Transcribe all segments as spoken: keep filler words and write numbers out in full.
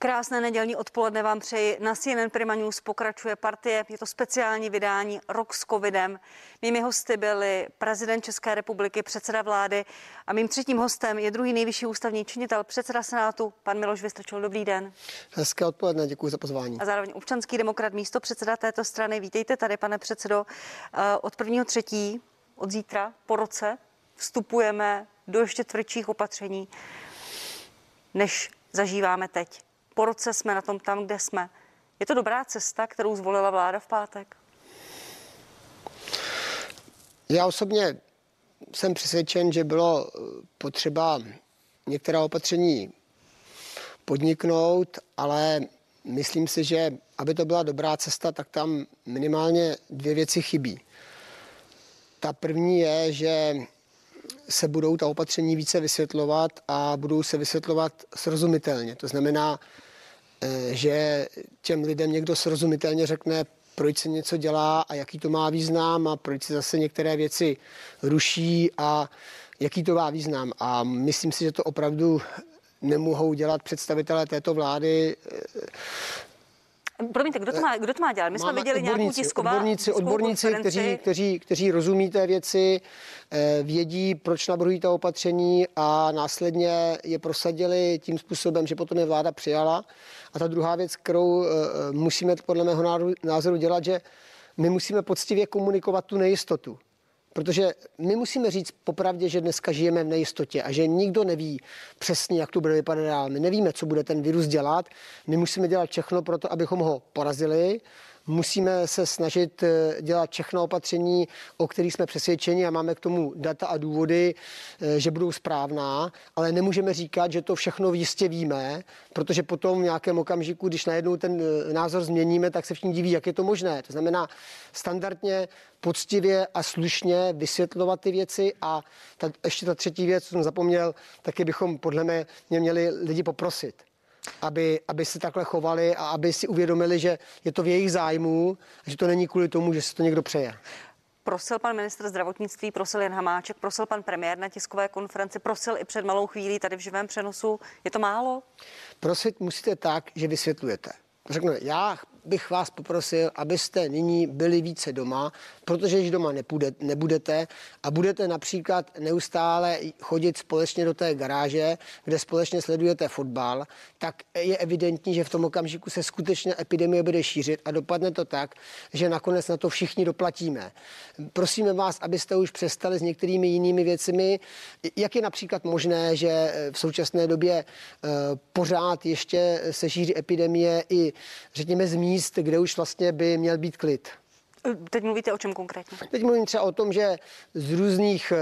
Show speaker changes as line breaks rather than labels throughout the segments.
Krásné nedělní odpoledne vám přeji. Na C N N Prima News pokračuje Partie. Je to speciální vydání Rok s covidem. Mými hosty byli prezident České republiky, předseda vlády a mým třetím hostem je druhý nejvyšší ústavní činitel, předseda Senátu, pan Miloš Vystrčil. Dobrý den.
Hezké odpoledne, děkuji za pozvání.
A zároveň občanský demokrat, místo předseda této strany. Vítejte tady, pane předsedo. Od prvního třetí, od zítra, po roce, vstupujeme do ještě tvrdších opatření, než zažíváme teď. Po roce jsme na tom tam, kde jsme. Je to dobrá cesta, kterou zvolila vláda v pátek?
Já osobně jsem přesvědčen, že bylo potřeba některá opatření podniknout, ale myslím si, že aby to byla dobrá cesta, tak tam minimálně dvě věci chybí. Ta první je, že se budou ta opatření více vysvětlovat a budou se vysvětlovat srozumitelně. To znamená, že těm lidem někdo srozumitelně řekne, proč se něco dělá a jaký to má význam a proč se zase některé věci ruší a jaký to má význam. A myslím si, že to opravdu nemohou dělat představitelé této vlády.
Promiňte, kdo to má, kdo to má dělat? My jsme viděli nějakou tisková,
odborníci,
tiskovou
odborníci kteří, kteří, kteří rozumí té věci, vědí, proč navrhují ta opatření a následně je prosadili tím způsobem, že potom je vláda přijala. A ta druhá věc, kterou musíme podle mého názoru dělat, že my musíme poctivě komunikovat tu nejistotu. Protože my musíme říct popravdě, že dneska žijeme v nejistotě a že nikdo neví přesně, jak to bude vypadat dál. My nevíme, co bude ten virus dělat. My musíme dělat všechno pro to, abychom ho porazili. Musíme se snažit dělat všechno opatření, o kterých jsme přesvědčeni a máme k tomu data a důvody, že budou správná, ale nemůžeme říkat, že to všechno jistě víme, protože potom v nějakém okamžiku, když najednou ten názor změníme, tak se všichni diví, jak je to možné. To znamená standardně, poctivě a slušně vysvětlovat ty věci a ta, ještě ta třetí věc, co jsem zapomněl, taky bychom podle mě měli lidi poprosit. Aby, aby se takhle chovali a aby si uvědomili, že je to v jejich zájmu, že to není kvůli tomu, že se to někdo přeje.
Prosil pan ministr zdravotnictví, prosil Jan Hamáček, prosil pan premiér na tiskové konferenci, prosil i před malou chvílí tady v živém přenosu. Je to málo? Prosit
musíte tak, že vysvětlujete. Řeknu, já bych vás poprosil, abyste nyní byli více doma, protože když doma nepůjde, nebudete a budete například neustále chodit společně do té garáže, kde společně sledujete fotbal, tak je evidentní, že v tom okamžiku se skutečně epidemie bude šířit a dopadne to tak, že nakonec na to všichni doplatíme. Prosíme vás, abyste už přestali s některými jinými věcmi. Jak je například možné, že v současné době pořád ještě se šíří epidemie i, řekněme, z míst, kde už vlastně by měl být klid.
Teď mluvíte o čem konkrétně?
Teď mluvím třeba o tom, že z různých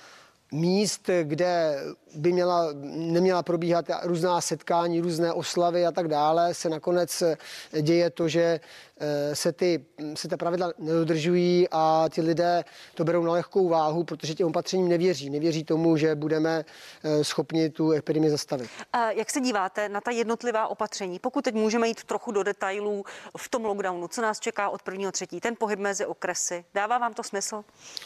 míst, kde by měla, neměla probíhat různá setkání, různé oslavy a tak dále, se nakonec děje to, že se ty, se ta pravidla nedodržují a ti lidé to berou na lehkou váhu, protože těm opatřením nevěří. Nevěří tomu, že budeme schopni tu epidemii zastavit.
A jak se díváte na ta jednotlivá opatření? Pokud teď můžeme jít trochu do detailů v tom lockdownu, co nás čeká od prvního třetí, ten pohyb mezi okresy, dává vám to smysl?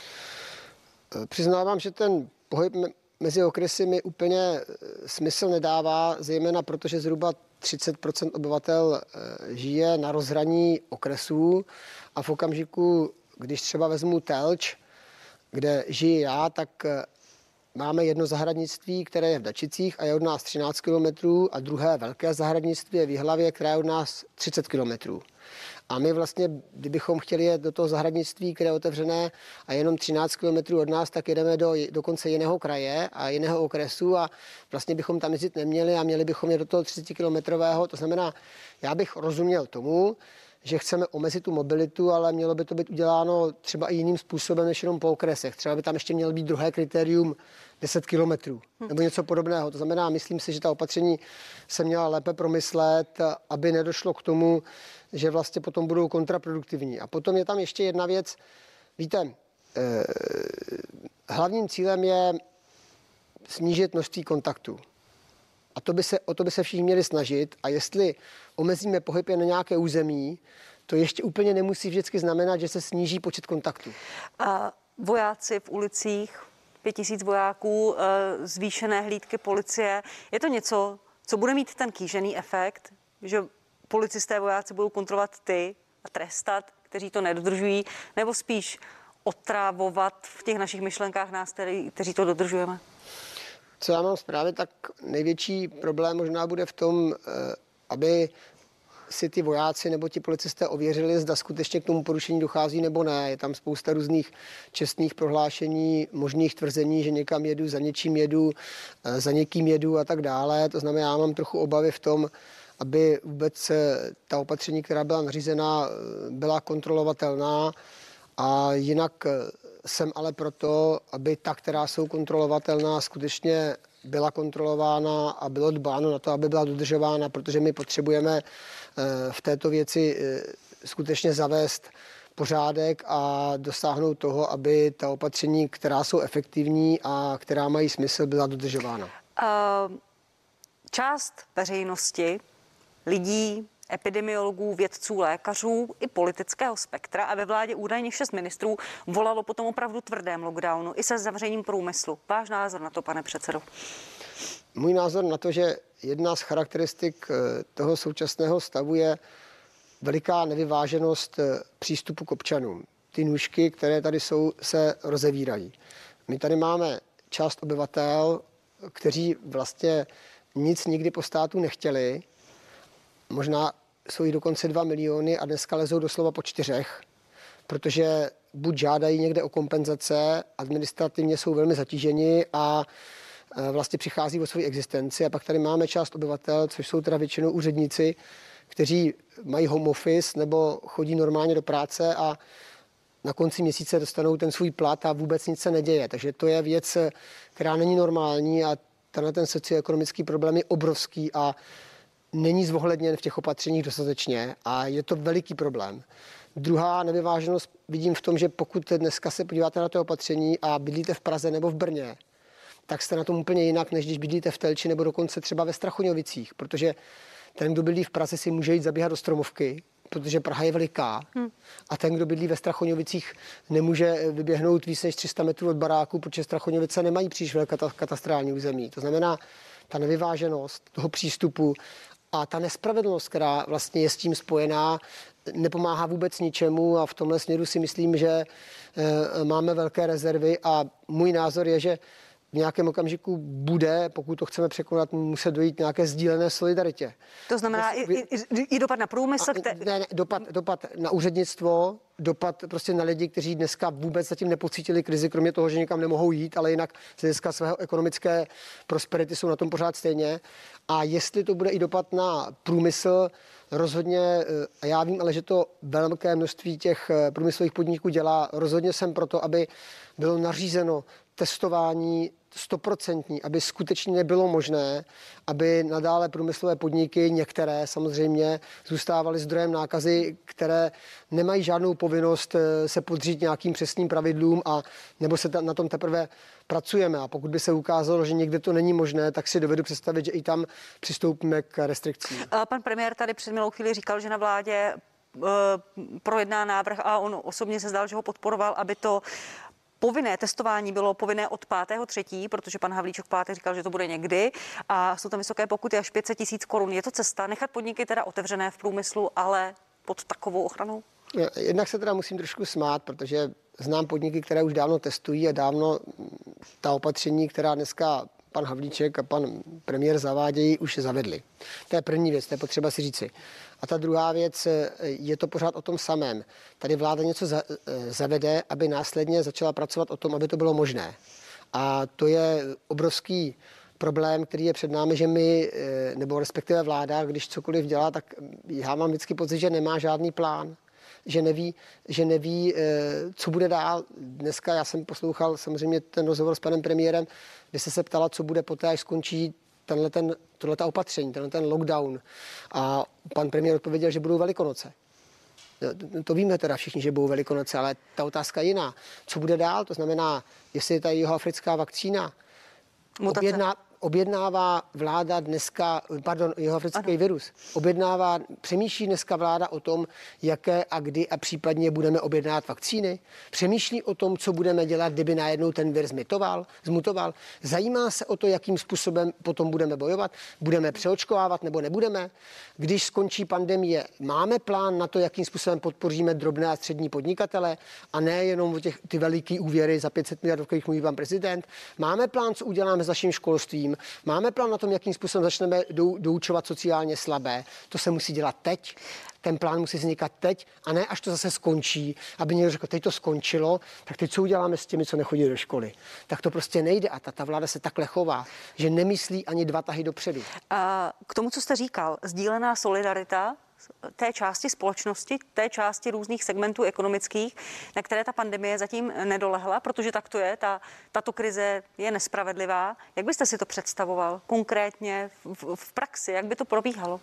Přiznávám, že ten pohyb mezi okresy mi úplně smysl nedává, zejména protože zhruba třicet procent obyvatel žije na rozhraní okresů a v okamžiku, když třeba vezmu Telč, kde žiji já, tak máme jedno zahradnictví, které je v Dačicích a je od nás třináct kilometrů a druhé velké zahradnictví je v Jihlavě, které je od nás třicet kilometrů. A my vlastně, kdybychom chtěli jet do toho zahradnictví, které je otevřené a jenom třináct kilometrů od nás, tak jedeme do dokonce jiného kraje a jiného okresu a vlastně bychom tam jezdit neměli a měli bychom jet do toho třicetikilometrového. To znamená, já bych rozuměl tomu, že chceme omezit tu mobilitu, ale mělo by to být uděláno třeba i jiným způsobem než jenom po okresech. Třeba by tam ještě mělo být druhé kritérium deset kilometrů nebo něco podobného. To znamená, myslím si, že ta opatření se měla lépe promyslet, aby nedošlo k tomu, že vlastně potom budou kontraproduktivní. A potom je tam ještě jedna věc. Víte, eh, hlavním cílem je snížit množství kontaktů. A to by se, o to by se všichni měli snažit. A jestli omezíme pohyb na nějaké území, to ještě úplně nemusí vždycky znamenat, že se sníží počet kontaktů.
A vojáci v ulicích, pět tisíc vojáků, zvýšené hlídky policie, je to něco, co bude mít ten kýžený efekt? že policisté, vojáci budou kontrolovat ty a trestat, kteří to nedodržují, nebo spíš otrávovat v těch našich myšlenkách nás, který, kteří to dodržujeme?
Co já mám zprávy, tak největší problém možná bude v tom, aby si ty vojáci nebo ti policisté ověřili, zda skutečně k tomu porušení dochází nebo ne. Je tam spousta různých čestných prohlášení, možných tvrzení, že někam jedu, za něčím jedu, za někým jedu a tak dále. To znamená, já mám trochu obavy v tom, aby vůbec ta opatření, která byla nařízena, byla kontrolovatelná. A jinak jsem ale proto, aby ta, která jsou kontrolovatelná, skutečně byla kontrolována a bylo dbáno na to, aby byla dodržována, protože my potřebujeme v této věci skutečně zavést pořádek a dosáhnout toho, aby ta opatření, která jsou efektivní a která mají smysl, byla dodržována.
Uh, část veřejnosti, lidí, epidemiologů, vědců, lékařů i politického spektra a ve vládě údajně šest ministrů volalo potom opravdu tvrdém lockdownu i se zavřením průmyslu. Váš názor na to, pane předsedo?
Můj názor na to, že jedna z charakteristik toho současného stavu je veliká nevyváženost přístupu k občanům. Ty nůžky, které tady jsou, se rozevírají. My tady máme část obyvatel, kteří vlastně nic nikdy po státu nechtěli. Možná jsou jich dokonce dva miliony a dneska lezou doslova po čtyřech, protože buď žádají někde o kompenzace, administrativně jsou velmi zatíženi a vlastně přichází o svoji existenci. A pak tady máme část obyvatel, což jsou teda většinou úředníci, kteří mají home office nebo chodí normálně do práce a na konci měsíce dostanou ten svůj plat a vůbec nic se neděje. Takže to je věc, která není normální a tenhle ten socioekonomický problém je obrovský a není zohledněn v těch opatřeních dostatečně a je to veliký problém. Druhá nevyváženost vidím v tom, že pokud dneska se podíváte na to opatření a bydlíte v Praze nebo v Brně, tak jste na tom úplně jinak, než když bydlíte v Telči nebo dokonce třeba ve Strachoňovicích, protože ten, kdo bydlí v Praze, si může jít zabíhat do Stromovky, protože Praha je veliká. Hmm. A ten, kdo bydlí ve Strachoňovicích, nemůže vyběhnout víc než tři sta metrů od baráku, protože Strachoňovice nemají příliš velké katastrální území. To znamená, ta nevyváženost toho přístupu a ta nespravedlnost, která vlastně je s tím spojená, nepomáhá vůbec ničemu a v tomhle směru si myslím, že e, máme velké rezervy a můj názor je, že v nějakém okamžiku bude, pokud to chceme překonat, muset dojít nějaké sdílené solidaritě.
To znamená i, i, i dopad na průmysl?
A, kte... ne, ne, dopad, dopad na úřednictvo, dopad prostě na lidi, kteří dneska vůbec zatím nepocítili krizi, kromě toho, že někam nemohou jít, ale jinak z hlediska svého ekonomické prosperity jsou na tom pořád stejně. A jestli to bude i dopad na průmysl, rozhodně, a já vím, ale že to velké množství těch průmyslových podniků dělá, rozhodně jsem proto, aby bylo nařízeno testování stoprocentní, aby skutečně nebylo možné, aby nadále průmyslové podniky, některé samozřejmě, zůstávaly zdrojem nákazy, které nemají žádnou povinnost se podřít nějakým přesným pravidlům a nebo se na tom teprve pracujeme. A pokud by se ukázalo, že někde to není možné, tak si dovedu představit, že i tam přistoupíme k restrikcím.
Pan premiér tady před milou chvíli říkal, že na vládě projedná návrh a on osobně se zdál, že ho podporoval, aby to povinné testování bylo povinné od pátého třetího, protože pan Havlíček v pátek říkal, že to bude někdy a jsou tam vysoké pokuty až pět set tisíc korun. Je to cesta nechat podniky teda otevřené v průmyslu, ale pod takovou ochranou?
Jednak se teda musím trošku smát, protože znám podniky, které už dávno testují a dávno ta opatření, která dneska pan Havlíček a pan premiér zavádějí, už je zavedli. To je první věc, to je potřeba si říci. A ta druhá věc, je to pořád o tom samém. Tady vláda něco za, zavede, aby následně začala pracovat o tom, aby to bylo možné. A to je obrovský problém, který je před námi, že my, nebo respektive vláda, když cokoliv dělá, tak já mám vždycky pocit, že nemá žádný plán. Že neví, že neví, co bude dál. Dneska já jsem poslouchal samozřejmě ten rozhovor s panem premiérem, kde se se ptala, co bude poté, až skončí tenhle ten, tohleta opatření, tenhle ten lockdown. A pan premiér odpověděl, že budou Velikonoce. To víme teda všichni, že budou Velikonoce, ale ta otázka je jiná. Co bude dál? To znamená, jestli je ta jihoafrická vakcína objedná, objednává vláda dneska, pardon, jihoafrický virus, objednává, přemýšlí dneska vláda o tom, jaké a kdy a případně budeme objednávat vakcíny? Přemýšlí o tom, co budeme dělat, kdyby najednou ten vir zmutoval? zmutoval? Zajímá se o to, jakým způsobem potom budeme bojovat? Budeme přeočkovávat nebo nebudeme? Když skončí pandemie, máme plán na to, jakým způsobem podpoříme drobné a střední podnikatele a ne jenom o těch, ty veliký úvěry za pět set miliard, o kterých mluví pan prezident? Máme plán, co uděláme s naším školstvím? Máme plán na tom, jakým způsobem začneme dou, doučovat sociálně slabé? To se musí dělat teď. Ten plán musí vznikat teď a ne až to zase skončí, aby někdo řekl, teď to skončilo, tak teď co uděláme s těmi, co nechodí do školy? Tak to prostě nejde a ta, ta vláda se takhle chová, že nemyslí ani dva tahy dopředu.
A k tomu, co jste říkal, sdílená solidarita té části společnosti, té části různých segmentů ekonomických, na které ta pandemie zatím nedolehla, protože tak to je, ta, tato krize je nespravedlivá. Jak byste si to představoval konkrétně v, v praxi, jak by to probíhalo?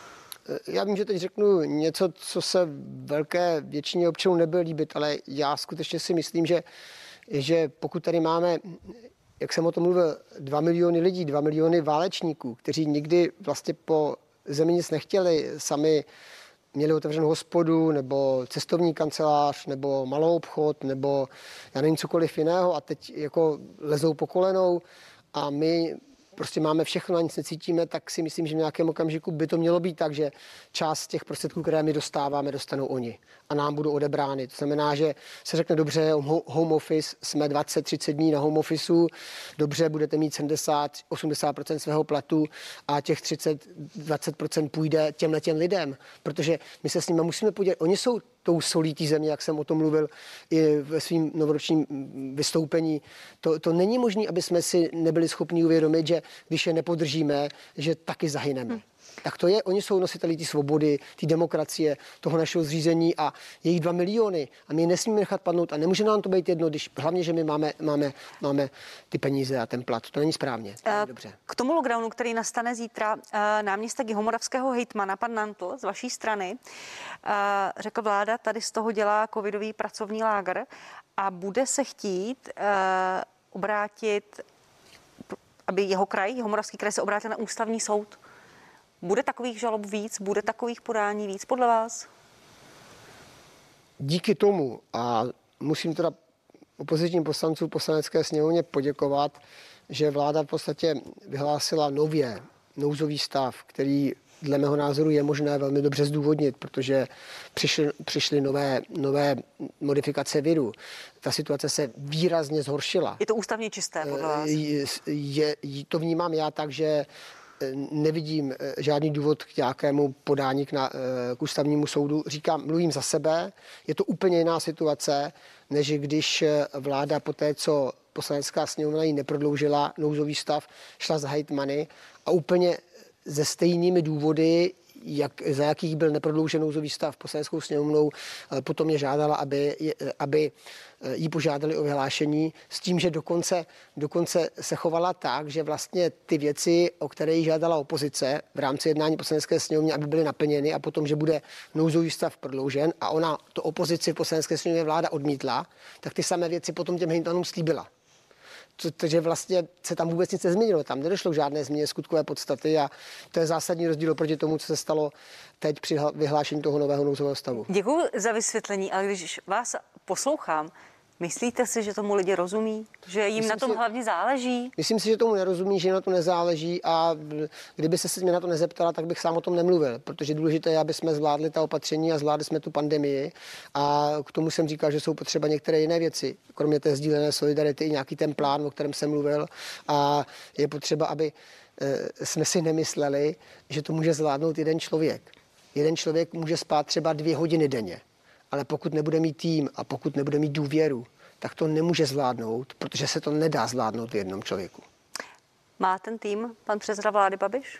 Já vím, že teď řeknu něco, co se velké většině občanů nebude líbit, ale já skutečně si myslím, že, že pokud tady máme, jak jsem o tom mluvil, dva miliony lidí, dva miliony válečníků, kteří nikdy vlastně po zemi nic nechtěli, sami měli otevřenou hospodu, nebo cestovní kancelář, nebo malou obchod, nebo já nevím cokoliv jiného a teď jako lezou po kolenou a my prostě máme všechno a nic necítíme, tak si myslím, že v nějakém okamžiku by to mělo být tak, že část těch prostředků, které my dostáváme, dostanou oni a nám budou odebrány. To znamená, že se řekne dobře, home office, jsme dvacet třicet dní na home officeu, dobře, budete mít sedmdesát osmdesát procent svého platu a těch třicet dvacet procent půjde těmhle těm lidem, protože my se s nimi musíme podělit. Oni jsou tou solí té země, jak jsem o tom mluvil i ve svým novoročním vystoupení. To, to není možné, aby jsme si nebyli schopni uvědomit, že když je nepodržíme, že taky zahyneme. Hmm. Tak to je, oni jsou nositeli té svobody, té demokracie, toho našeho zřízení a jejich dva miliony. A my je nesmíme nechat padnout a nemůže nám to být jedno, když hlavně, že my máme, máme, máme ty peníze a ten plat. To není správně. To není dobře.
K tomu lockdownu, který nastane zítra, náměstek jihomoravského hejtmana, pan Nantl z vaší strany, řekl vláda, tady z toho dělá covidový pracovní lágr a bude se chtít obrátit, aby jeho kraj, Jihomoravský kraj se obrátil na ústavní soud. Bude takových žalob víc? Bude takových podání víc podle vás?
Díky tomu, a musím teda opozičním poslancům Poslanecké sněmovně poděkovat, že vláda v podstatě vyhlásila nově nouzový stav, který dle mého názoru je možné velmi dobře zdůvodnit, protože přišly, přišly nové, nové modifikace viru. Ta situace se výrazně zhoršila.
Je to ústavně čisté podle vás?
Je, je, to vnímám já tak, že nevidím žádný důvod k nějakému podání k, na, k ústavnímu soudu. Říkám, mluvím za sebe, je to úplně jiná situace, než když vláda po té, co Poslanecká sněmovna ji neprodloužila nouzový stav, šla za hejtmany a úplně se stejnými důvody, jak, za jakých byl neprodloužen nouzový stav Poslaneckou sněmovnou, potom je žádala, aby, aby jí požádali o vyhlášení s tím, že dokonce, dokonce se chovala tak, že vlastně ty věci, o které jí žádala opozice v rámci jednání Poslanecké sněmovny, aby byly naplněny a potom, že bude nouzový stav prodloužen a ona to opozici v Poslanecké sněmovně vláda odmítla, tak ty samé věci potom těm hejtmanům slíbila. Takže vlastně se tam vůbec nic nezměnilo. Tam nedošlo k žádné změně skutkové podstaty a to je zásadní rozdíl proti tomu, co se stalo teď při vyhlášení toho nového nouzového stavu.
Děkuji za vysvětlení, ale když vás poslouchám, myslíte si, že tomu lidi rozumí? Že jim
myslím
na tom
si,
hlavně záleží?
Myslím si, že tomu nerozumí, že jim na to nezáleží a kdyby se mě na to nezeptala, tak bych sám o tom nemluvil, protože důležité je, aby jsme zvládli ta opatření a zvládli jsme tu pandemii a k tomu jsem říkal, že jsou potřeba některé jiné věci, kromě té sdílené solidarity i nějaký ten plán, o kterém jsem mluvil a je potřeba, aby jsme si nemysleli, že to může zvládnout jeden člověk. Jeden člověk může spát třeba dvě hodiny denně. Ale pokud nebude mít tým a pokud nebude mít důvěru, tak to nemůže zvládnout, protože se to nedá zvládnout v jednom člověku.
Má ten tým pan předseda vlády Babiš?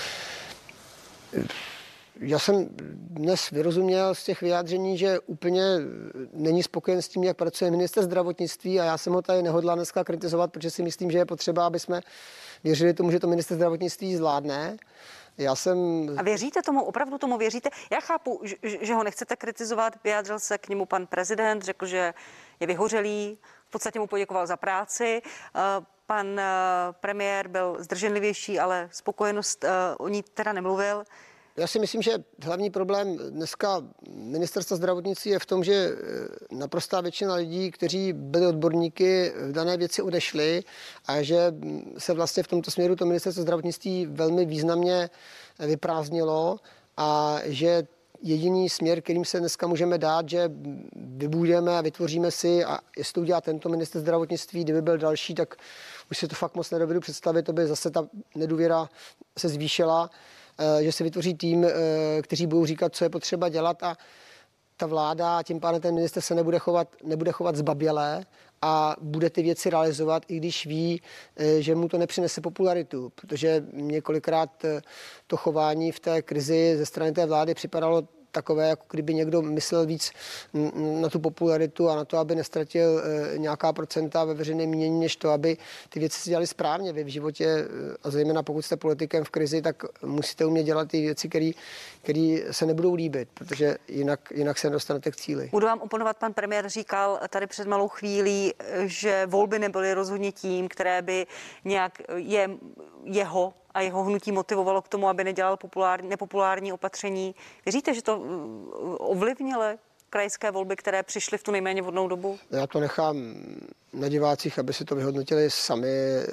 Já jsem dnes vyrozuměl z těch vyjádření, že úplně není spokojen s tím, jak pracuje ministr zdravotnictví a já jsem ho tady nehodlal dneska kritizovat, protože si myslím, že je potřeba, aby jsme věřili tomu, že to ministr zdravotnictví zvládne. Já jsem...
A věříte tomu, opravdu tomu věříte? Já chápu, že, že ho nechcete kritizovat, vyjádřil se k němu pan prezident, řekl, že je vyhořelý, v podstatě mu poděkoval za práci. Pan premiér byl zdrženlivější, ale spokojenost o ní teda nemluvil.
Já si myslím, že hlavní problém dneska ministerstva zdravotnictví je v tom, že naprostá většina lidí, kteří byli odborníky v dané věci, odešli a že se vlastně v tomto směru to ministerstvo zdravotnictví velmi významně vyprázdnilo a že jediný směr, kterým se dneska můžeme dát, že vybudeme a vytvoříme si, a jestli to udělá tento ministr zdravotnictví, kdyby byl další, tak už si to fakt moc nedovedu představit, to by zase ta nedůvěra se zvýšila, že se vytvoří tým, kteří budou říkat, co je potřeba dělat a ta vláda a tím pádem ten minister se nebude chovat, nebude chovat zbaběle a bude ty věci realizovat, i když ví, že mu to nepřinese popularitu, protože několikrát to chování v té krizi ze strany té vlády připadalo takové, jako kdyby někdo myslel víc na tu popularitu a na to, aby nestratil nějaká procenta ve veřejném mínění, než to, aby ty věci se dělaly správně. Vy v životě, a zejména pokud jste politikem v krizi, tak musíte umět dělat ty věci, které se nebudou líbit, protože jinak, jinak se nedostanete k cíli.
Budu vám oponovat, pan premiér říkal tady před malou chvílí, že volby nebyly rozhodně tím, které by nějak je, jeho a jeho hnutí motivovalo k tomu, aby nedělal populární, nepopulární opatření. Věříte, že to ovlivnilo krajské volby, které přišly v tu nejméně vhodnou dobu?
Já to nechám na divácích, aby si to vyhodnotili sami.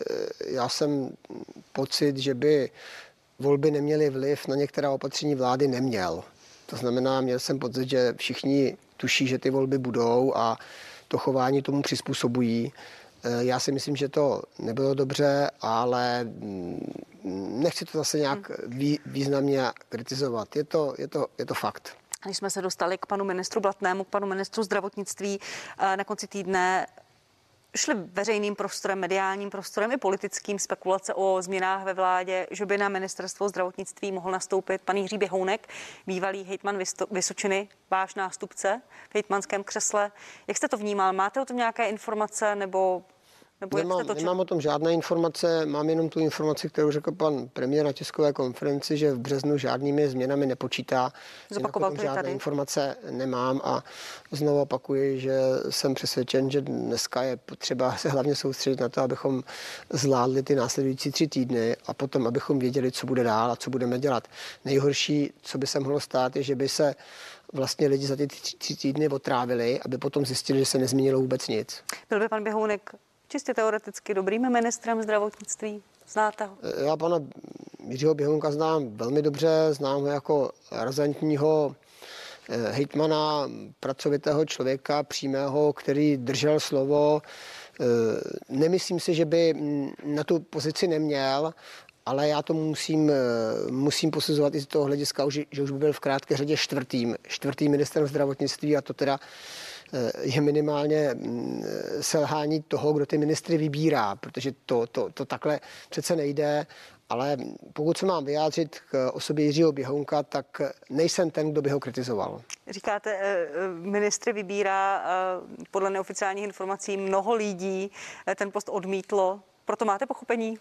Já jsem pocit, že by volby neměly vliv na některá opatření vlády, neměl. To znamená, měl jsem pocit, že všichni tuší, že ty volby budou a to chování tomu přizpůsobují. Já si myslím, že to nebylo dobře, ale nechci to zase nějak významně kritizovat. Je to, je to, je to fakt.
Když jsme se dostali k panu ministru Blatnému, k panu ministru zdravotnictví, na konci týdne šly veřejným prostorem, mediálním prostorem i politickým spekulace o změnách ve vládě, že by na ministerstvo zdravotnictví mohl nastoupit pan Jiří Běhounek, bývalý hejtman Vysočiny, váš nástupce v hejtmanském křesle. Jak jste to vnímal? Máte o tom nějaké informace nebo... Nebo
nemám,
jak to
nemám o tom žádné informace, mám jenom tu informaci, kterou řekl pan premiér na tiskové konferenci, že v březnu žádnými změnami nepočítá.
Zopakoval to
žádné
tady.
informace nemám a znovu opakuji, že jsem přesvědčen, že dneska je potřeba se hlavně soustředit na to, abychom zvládli ty následující tři týdny a potom, abychom věděli, co bude dál a co budeme dělat. Nejhorší, co by se mohlo stát, je, že by se vlastně lidi za ty tři týdny otrávili, aby potom zjistili, že se nezměnilo vůbec nic.
Byl by pan Běhounek čistě teoreticky dobrým ministrem zdravotnictví? Znáte ho?
Já pana Jiřího Běhounka znám velmi dobře, znám ho jako razantního hejtmana, pracovitého člověka, přímého, který držel slovo. Nemyslím si, že by na tu pozici neměl, ale já to musím, musím posuzovat i z toho hlediska, že už by byl v krátké řadě čtvrtým, čtvrtým ministrem zdravotnictví a to teda je minimálně selhání toho, kdo ty ministry vybírá, protože to, to, to takhle přece nejde, ale pokud se mám vyjádřit k osobě Jiřího Běhounka, tak nejsem ten, kdo by ho kritizoval.
Říkáte, ministry vybírá, podle neoficiálních informací mnoho lidí ten post odmítlo, proto máte pochopení?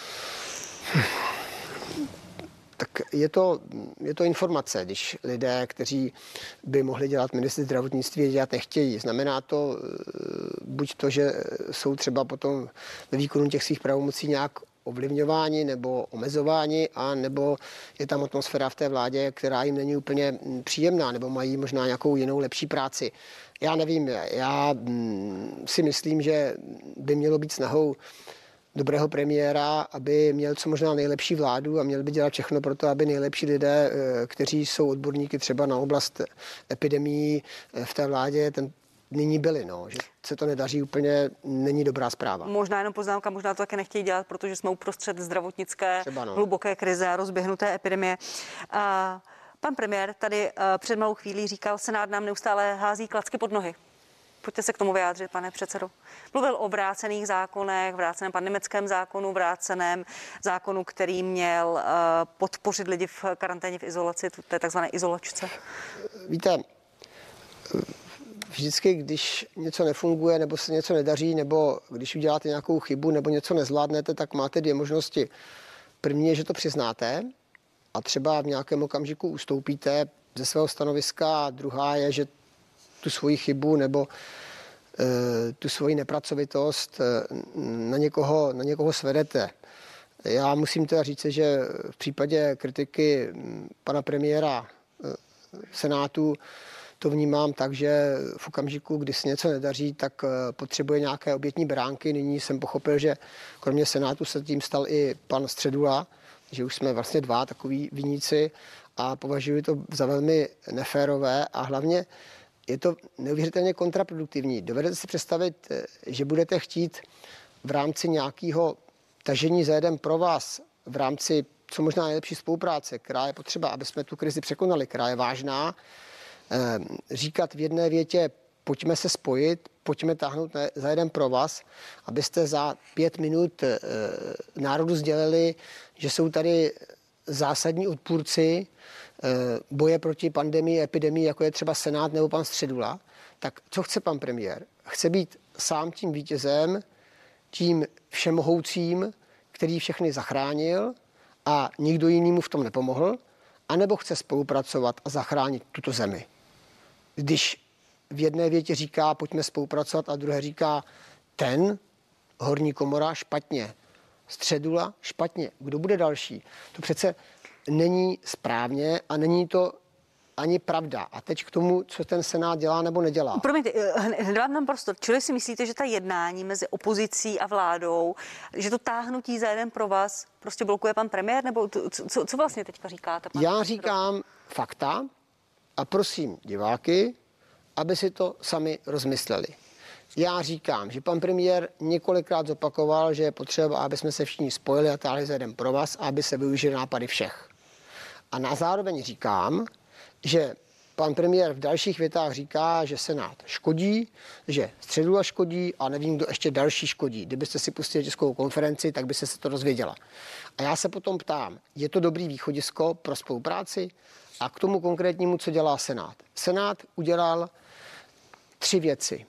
Tak je to, je to informace, když lidé, kteří by mohli dělat ministry zdravotnictví, dělat nechtějí. Znamená to buď to, že jsou třeba potom ve výkonu těch svých pravomocí nějak ovlivňováni nebo omezováni, a nebo je tam atmosféra v té vládě, která jim není úplně příjemná, nebo mají možná nějakou jinou lepší práci. Já nevím, já si myslím, že by mělo být snahou dobrého premiéra, aby měl co možná nejlepší vládu a měl by dělat všechno pro to, aby nejlepší lidé, kteří jsou odborníky třeba na oblast epidemií v té vládě, ten nyní byli. No. Že se to nedaří úplně, není dobrá zpráva.
Možná jenom poznámka, možná to také nechtějí dělat, protože jsme uprostřed zdravotnické
třeba, no.
hluboké krize a rozběhnuté epidemie. A pan premiér tady před malou chvílí říkal, Senát nám neustále hází klacky pod nohy. Pojďte se k tomu vyjádřit, pane předsedo. Mluvil o vrácených zákonech, vráceném pandemickém zákonu, vráceném zákonu, který měl uh, podpořit lidi v karanténě, v izolaci, to je takzvané izolačce.
Víte, vždycky, když něco nefunguje, nebo se něco nedaří, nebo když uděláte nějakou chybu, nebo něco nezvládnete, tak máte dvě možnosti. První je, že to přiznáte a třeba v nějakém okamžiku ustoupíte ze svého stanoviska, a druhá je, že tu svoji chybu nebo tu svoji nepracovitost na někoho, na někoho svedete. Já musím teda říct, že v případě kritiky pana premiéra Senátu to vnímám tak, že v okamžiku, kdy se něco nedaří, tak potřebuje nějaké obětní beránky. Nyní jsem pochopil, že kromě Senátu se tím stal i pan Středula, že už jsme vlastně dva takový viníci a považuji to za velmi neférové a hlavně je to neuvěřitelně kontraproduktivní. Dovedete si představit, že budete chtít v rámci nějakého tažení za jeden pro vás, v rámci co možná nejlepší spolupráce, která je potřeba, aby jsme tu krizi překonali, která je vážná, říkat v jedné větě, pojďme se spojit, pojďme táhnout za jeden pro vás, abyste za pět minut národu sdělili, že jsou tady zásadní odpůrci boje proti pandemii, epidemii, jako je třeba Senát nebo pan Středula. Tak co chce pan premiér? Chce být sám tím vítězem, tím všemohoucím, který všechny zachránil a nikdo jiný mu v tom nepomohl, anebo chce spolupracovat a zachránit tuto zemi. Když v jedné větě říká, pojďme spolupracovat, a druhé říká, ten, horní komora, špatně, Středula, špatně. Kdo bude další? To přece není správně a není to ani pravda. A teď k tomu, co ten Senát dělá nebo nedělá.
Promiňte, hned vám dám prostor. Čili si myslíte, že ta jednání mezi opozicí a vládou, že to táhnutí za jeden pro vás prostě blokuje pan premiér? Nebo to, co, co vlastně teďka říkáte?
Já předsedo? říkám fakta a prosím diváky, aby si to sami rozmysleli. Já říkám, že pan premiér několikrát zopakoval, že je potřeba, aby jsme se všichni spojili a táhli za jeden pro vás, a aby se využili nápady všech. A na zároveň říkám, že pan premiér v dalších větách říká, že Senát škodí, že Středula škodí a nevím, kdo ještě další škodí. Kdybyste si pustili tiskovou konferenci, tak byste se to dozvěděla. A já se potom ptám, je to dobrý východisko pro spolupráci? A k tomu konkrétnímu, co dělá Senát. Senát udělal tři věci,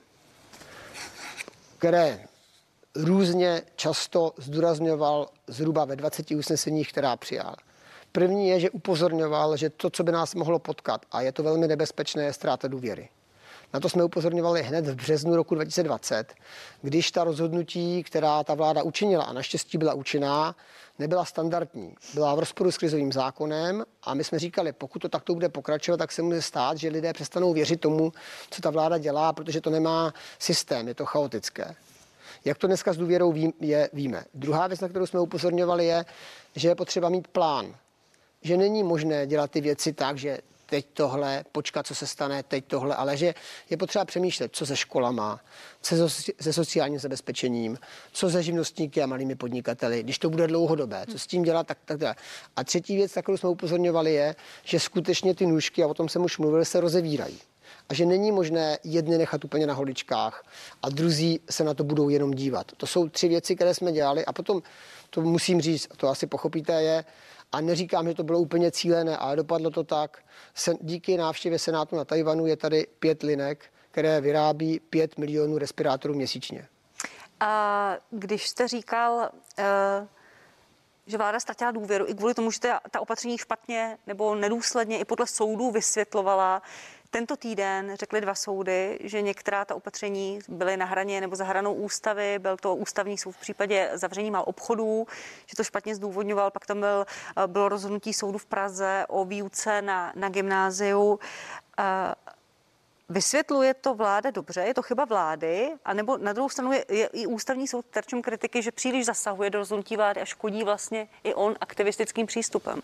které různě často zdůrazňoval zhruba ve dvaceti usneseních, která přijal. První je, že upozorňoval, že to, co by nás mohlo potkat, a je to velmi nebezpečné, je ztráta důvěry. Na to jsme upozorňovali hned v březnu roku dva tisíce dvacet, když ta rozhodnutí, která ta vláda učinila, a naštěstí byla účinná, nebyla standardní. Byla v rozporu s krizovým zákonem a my jsme říkali, pokud to takto bude pokračovat, tak se může stát, že lidé přestanou věřit tomu, co ta vláda dělá, protože to nemá systém, je to chaotické. Jak to dneska s důvěrou ví, je, víme. Druhá věc, na kterou jsme upozorňovali, je, že je potřeba mít plán. Že není možné dělat ty věci tak, že teď tohle, počkat, co se stane, teď tohle, ale že je potřeba přemýšlet, co se školama, co se sociálním zabezpečením, co se živnostníky a malými podnikateli, když to bude dlouhodobé, co s tím dělat, tak, tak dále. A třetí věc, na kterou jsme upozorňovali, je, že skutečně ty nůžky, a o tom jsem už mluvil, se rozevírají. A že není možné jedny nechat úplně na holičkách a druzí se na to budou jenom dívat. To jsou tři věci, které jsme dělali, a potom, to musím říct, to asi pochopíte, je, a neříkám, že to bylo úplně cílené, ale dopadlo to tak. Se, díky návštěvě Senátu na Tajvanu je tady pět linek, které vyrábí pět milionů respirátorů měsíčně.
A když jste říkal, uh, že vláda ztratila důvěru i kvůli tomu, že ta, ta opatření špatně nebo nedůsledně i podle soudů vysvětlovala, tento týden řekly dva soudy, že některá ta opatření byly na hraně nebo za hranou ústavy, byl to ústavní soud v případě zavření malobchodů, že to špatně zdůvodňoval, pak tam byl, bylo rozhodnutí soudu v Praze o výuce na, na gymnáziu. Vysvětluje to vláda dobře, je to chyba vlády, anebo na druhou stranu je, je i ústavní soud terčem kritiky, že příliš zasahuje do rozhodnutí vlády a škodí vlastně i on aktivistickým přístupem?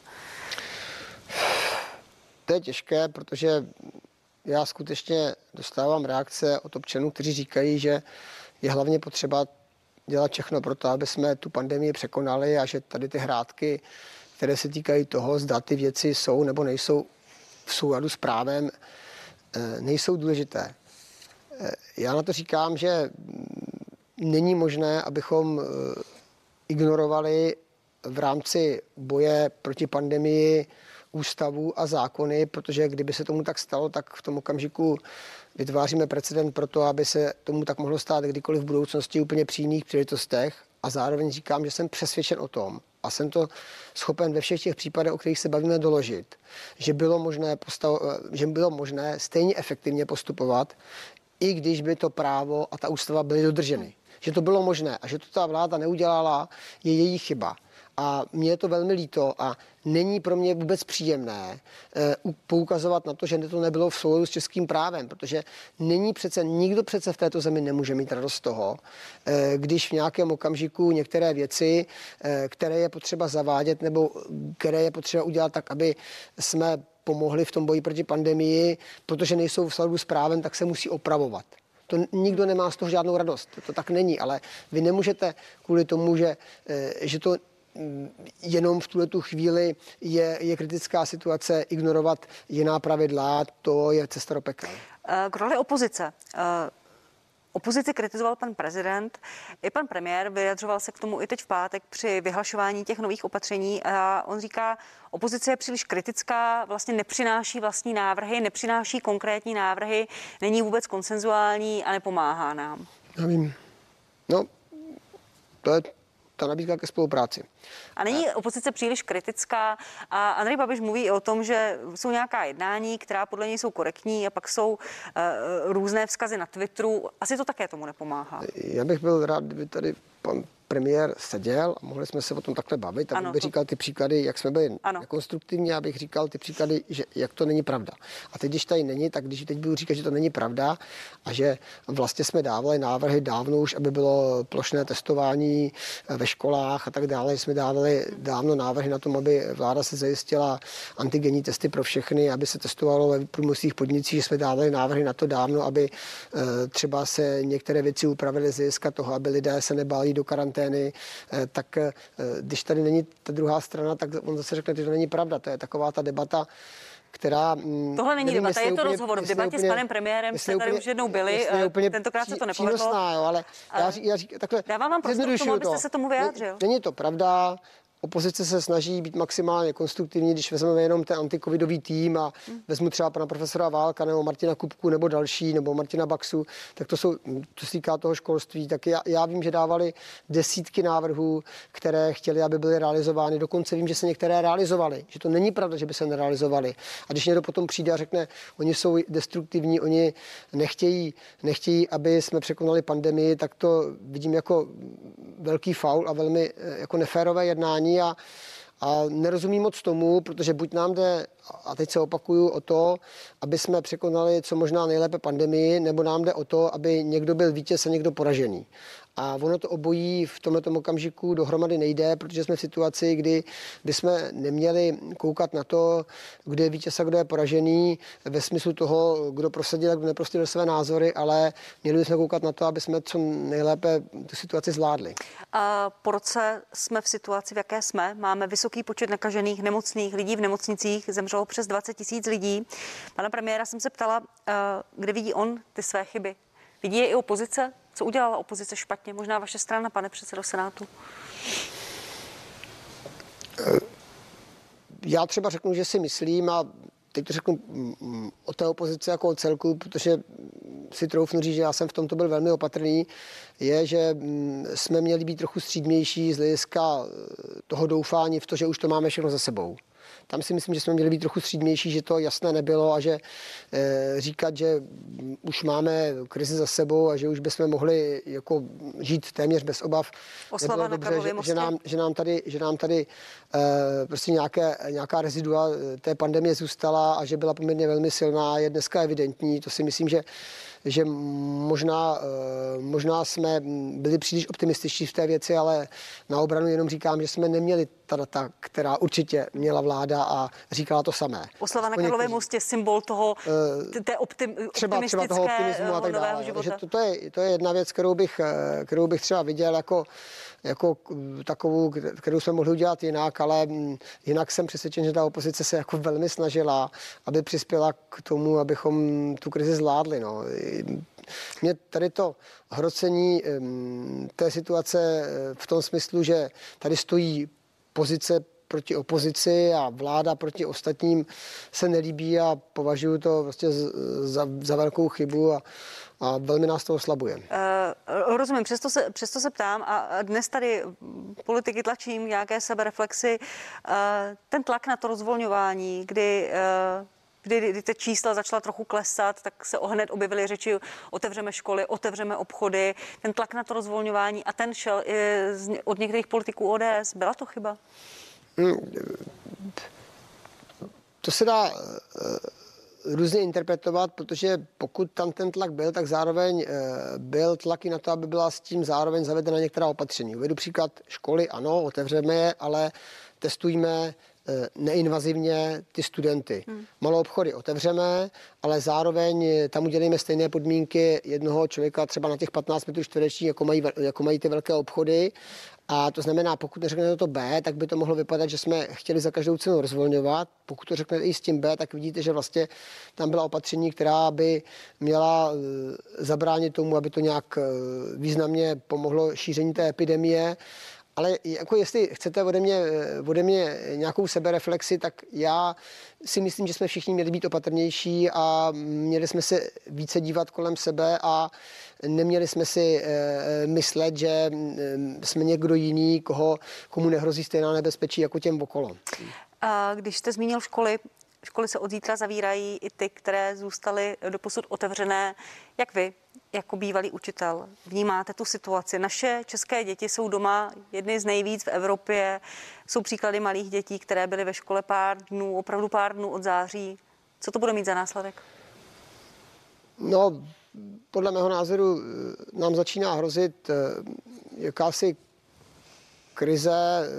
To je těžké, protože já skutečně dostávám reakce od občanů, kteří říkají, že je hlavně potřeba dělat všechno pro to, aby jsme tu pandemii překonali, a že tady ty hrátky, které se týkají toho, zda ty věci jsou nebo nejsou v souladu s právem, nejsou důležité. Já na to říkám, že není možné, abychom ignorovali v rámci boje proti pandemii ústavu a zákony, protože kdyby se tomu tak stalo, tak v tom okamžiku vytváříme precedent pro to, aby se tomu tak mohlo stát kdykoliv v budoucnosti úplně při jiných příležitostech. A zároveň říkám, že jsem přesvědčen o tom, a jsem to schopen ve všech těch případech, o kterých se bavíme, doložit, že bylo možné, postav, že bylo možné stejně efektivně postupovat i když by to právo a ta ústava byly dodrženy. Že to bylo možné a že to ta vláda neudělala, je její chyba. A mně je to velmi líto a není pro mě vůbec příjemné eh, poukazovat na to, že to nebylo v souladu s českým právem, protože není přece, nikdo přece v této zemi nemůže mít radost z toho, eh, když v nějakém okamžiku některé věci, eh, které je potřeba zavádět nebo které je potřeba udělat tak, aby jsme pomohli v tom boji proti pandemii, protože nejsou v souladu s právem, tak se musí opravovat. To nikdo nemá z toho žádnou radost. To tak není, ale vy nemůžete kvůli tomu, že, že to jenom v tuhle tu chvíli je, je kritická situace, ignorovat jiná pravidla, to je cesta do pekla.
K roli opozice. Opozici kritizoval pan prezident, i pan premiér vyjadřoval se k tomu i teď v pátek při vyhlašování těch nových opatření a on říká, opozice je příliš kritická, vlastně nepřináší vlastní návrhy, nepřináší konkrétní návrhy, není vůbec konsenzuální a nepomáhá nám.
Já vím. No, to je ta nabídka ke spolupráci.
A není opozice příliš kritická a Andrej Babiš mluví i o tom, že jsou nějaká jednání, která podle něj jsou korektní a pak jsou uh, různé vzkazy na Twitteru. Asi to také tomu nepomáhá.
Já bych byl rád, kdyby tady pan premiér seděl a mohli jsme se o tom takhle bavit, aby to... říkal ty příklady, jak jsme byli nekonstruktivní, já bych říkal ty příklady, že jak to není pravda. A teď, když tady není, tak když teď budu říkat, že to není pravda a že vlastně jsme dávali návrhy dávno už, aby bylo plošné testování ve školách a tak dále, jsme dávali dávno návrhy na tom, aby vláda se zajistila antigenní testy pro všechny, aby se testovalo ve průmyslových podnicích, že jsme dávali návrhy na to dávno, aby třeba se některé věci upravily z hlediska toho, aby lidé se nebáli do karantény. Tak když tady není ta druhá strana, tak on zase řekne, že to není pravda. To je taková ta debata, která...
Tohle není nevím, debata, je to úplně, rozhovor. V debatě úplně, s panem premiérem jste tady už jednou byli, tentokrát se to nepovedlo.
Jo, ale já, já řík, takhle,
dávám vám prostor k tomu, abyste se tomu vyjádřil.
Není to pravda. Opozice se snaží být maximálně konstruktivní, když vezmeme jenom ten antikovidový tým a hmm. vezmu třeba pana profesora Válka nebo Martina Kupku nebo další, nebo Martina Baxu, tak to jsou, to se týká toho školství, tak já, já vím, že dávali desítky návrhů, které chtěli, aby byly realizovány. Dokonce vím, že se některé realizovaly, že to není pravda, že by se nerealizovaly. A když někdo potom přijde a řekne, oni jsou destruktivní, oni nechtějí, nechtějí, aby jsme překonali pandemii, tak to vidím jako velký faul a velmi jako neférové jednání. A, a nerozumím moc tomu, protože buď nám jde, a teď se opakuju, o to, aby jsme překonali co možná nejlépe pandemii, nebo nám jde o to, aby někdo byl vítěz a někdo poražený. A ono to obojí v tomto okamžiku dohromady nejde, protože jsme v situaci, kdy bychom neměli koukat na to, kdo je vítěz a kdo je poražený, ve smyslu toho, kdo prosadil a kdo neprosadil své názory, ale měli bychom koukat na to, aby jsme co nejlépe tu situaci zvládli.
A po roce jsme v situaci, v jaké jsme. Máme vysoký počet nakažených, nemocných lidí v nemocnicích, zemřelo přes dvacet tisíc lidí. Pana premiéra jsem se ptala, kde vidí on ty své chyby. Vidí je i opozice? Co udělala opozice špatně? Možná vaše strana, pane předsedo Senátu?
Já třeba řeknu, že si myslím, a teď to řeknu o té opozici jako o celku, protože si troufnu říct, že já jsem v tomto byl velmi opatrný, je, že jsme měli být trochu střídmější z hlediska toho doufání v to, že už to máme všechno za sebou. Tam si myslím, že jsme měli být trochu střídmější, že to jasné nebylo a že e, říkat, že už máme krizi za sebou a že už bychom mohli jako žít téměř bez obav.
Oslava na
dobře, že, že, nám, že nám tady, že nám tady e, prostě nějaké, nějaká rezidua té pandemie zůstala a že byla poměrně velmi silná a je dneska evidentní. To si myslím, že že možná, možná jsme byli příliš optimističtí v té věci, ale na obranu jenom říkám, že jsme neměli ta data, která určitě měla vláda a říkala to samé.
Oslava na Karlově mostě, symbol toho té optim,
třeba, třeba toho optimismu a tak dále. Takže to, to, je, to je jedna věc, kterou bych, kterou bych třeba viděl jako jako takovou, kterou jsme mohli udělat jinak, ale jinak jsem přesvědčen, že ta opozice se jako velmi snažila, aby přispěla k tomu, abychom tu krizi zvládli. No. Mě tady to hrocení té situace v tom smyslu, že tady stojí pozice proti opozici a vláda proti ostatním, se nelíbí a považuji to vlastně za, za velkou chybu a a velmi nás to oslabuje.
Uh, rozumím, přesto se, přesto se ptám a dnes tady politiky tlačím nějaké sebereflexy. Uh, ten tlak na to rozvolňování, kdy uh, kdy, kdy ty čísla začala trochu klesat, tak se hned objevily řeči, otevřeme školy, otevřeme obchody, ten tlak na to rozvolňování a ten šel i od některých politiků O D S. Byla to chyba?
Hmm. To se dá různě interpretovat, protože pokud tam ten tlak byl, tak zároveň byl tlak i na to, aby byla s tím zároveň zavedena některá opatření. Uvedu příklad školy, ano, otevřeme je, ale testujme neinvazivně ty studenty. Hmm. Malou obchody otevřeme, ale zároveň tam udělíme stejné podmínky jednoho člověka třeba na těch patnáct metrů čtverečních, jako mají, jako mají ty velké obchody. A to znamená, pokud neřeknete to B, tak by to mohlo vypadat, že jsme chtěli za každou cenu rozvolňovat. Pokud to řeknete i s tím B, tak vidíte, že vlastně tam byla opatření, která by měla zabránit tomu, aby to nějak významně pomohlo šíření té epidemie. Ale jako jestli chcete ode mě, ode mě nějakou sebereflexi, tak já si myslím, že jsme všichni měli být opatrnější a měli jsme se více dívat kolem sebe a neměli jsme si e, myslet, že jsme někdo jiný, koho, komu nehrozí stejná nebezpečí jako těm okolo.
A když jste zmínil školy, školy se od zítra zavírají, i ty, které zůstaly doposud otevřené. Jak vy, jako bývalý učitel, vnímáte tu situaci? Naše české děti jsou doma jedny z nejvíc v Evropě. Jsou příklady malých dětí, které byly ve škole pár dnů, opravdu pár dnů od září. Co to bude mít za následek?
No, podle mého názoru nám začíná hrozit jakási krize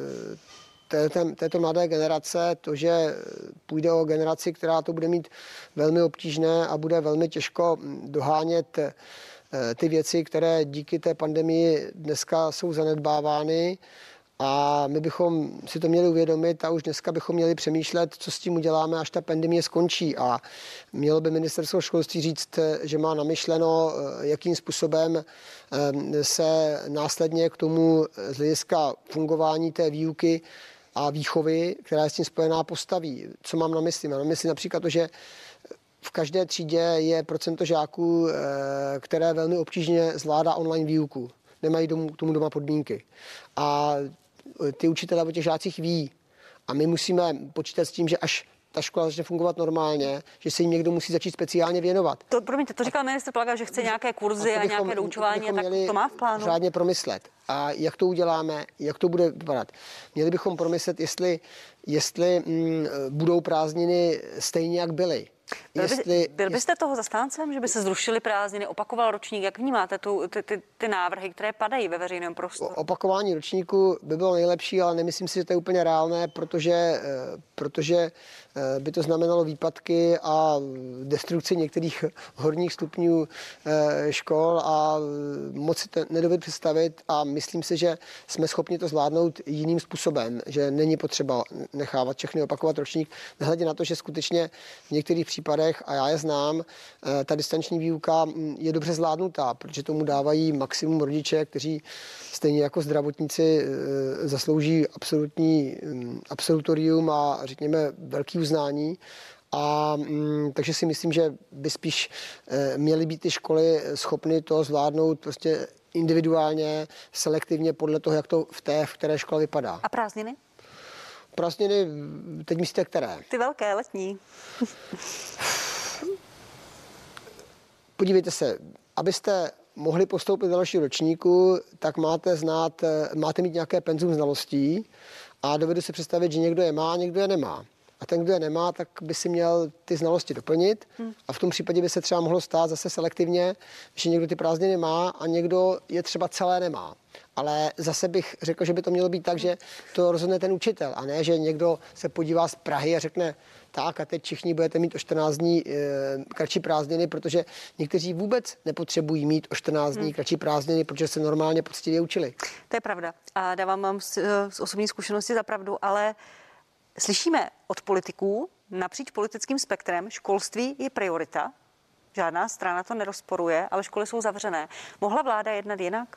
této, této mladé generace, to, že půjde o generaci, která to bude mít velmi obtížné a bude velmi těžko dohánět ty věci, které díky té pandemii dneska jsou zanedbávány. A my bychom si to měli uvědomit a už dneska bychom měli přemýšlet, co s tím uděláme, až ta pandemie skončí. A mělo by ministerstvo školství říct, že má namyšleno, jakým způsobem se následně k tomu z hlediska fungování té výuky a výchovy, která je s tím spojená, postaví. Co mám na mysli? Mám na mysli například to, že v každé třídě je procento žáků, které velmi obtížně zvládá online výuku. Nemají k tomu doma podmínky. A ty učitelé o těch žácích ví. A my musíme počítat s tím, že až ta škola začne fungovat normálně, že se jim někdo musí začít speciálně věnovat.
To, promiňte, to říkal ministr Plaga, že chce nějaké kurzy a, a nějaké doučování, tak to má v plánu?
Řádně promyslet. A jak to uděláme, jak to bude vypadat. Měli bychom promyslet, jestli, jestli mm, budou prázdniny stejně, jak byly.
Byl, by, jestli, byl byste toho zastáncem, že by se zrušily prázdniny, opakoval ročník? Jak vnímáte tu, ty, ty, ty návrhy, které padají ve veřejném prostoru?
Opakování ročníku by bylo nejlepší, ale nemyslím si, že to je úplně reálné, protože, protože by to znamenalo výpadky a destrukci některých horních stupňů škol a moc si to nedovedu představit a myslím si, že jsme schopni to zvládnout jiným způsobem, že není potřeba nechávat všechny opakovat ročník, nehledě na to, že skutečně v některých případech, a já je znám, ta distanční výuka je dobře zvládnutá, protože tomu dávají maximum rodiče, kteří stejně jako zdravotníci zaslouží absolutní absolutorium a řekněme velký uznání. A mm, takže si myslím, že by spíš e, měly být ty školy schopny to zvládnout prostě individuálně, selektivně podle toho, jak to v té, v které škole vypadá.
A prázdniny?
Prázdniny, teď myslíte které?
Ty velké, letní.
Podívejte se, abyste mohli postoupit do dalšího ročníku, tak máte znát, máte mít nějaké penzum znalostí a dovedu si představit, že někdo je má a někdo je nemá. A ten, kdo je nemá, tak by si měl ty znalosti doplnit a v tom případě by se třeba mohlo stát zase selektivně, že někdo ty prázdniny má a někdo je třeba celé nemá. Ale zase bych řekl, že by to mělo být tak, že to rozhodne ten učitel a ne, že někdo se podívá z Prahy a řekne tak a teď všichni budete mít o čtrnáct dní e, kratší prázdniny, protože někteří vůbec nepotřebují mít o čtrnáct dní hmm. kratší prázdniny, protože se normálně poctivě učili.
To je pravda a dávám vám z, z osobní zkušenosti za pravdu, ale slyšíme od politiků napříč politickým spektrem, školství je priorita, žádná strana to nerozporuje, ale školy jsou zavřené. Mohla vláda jednat jinak?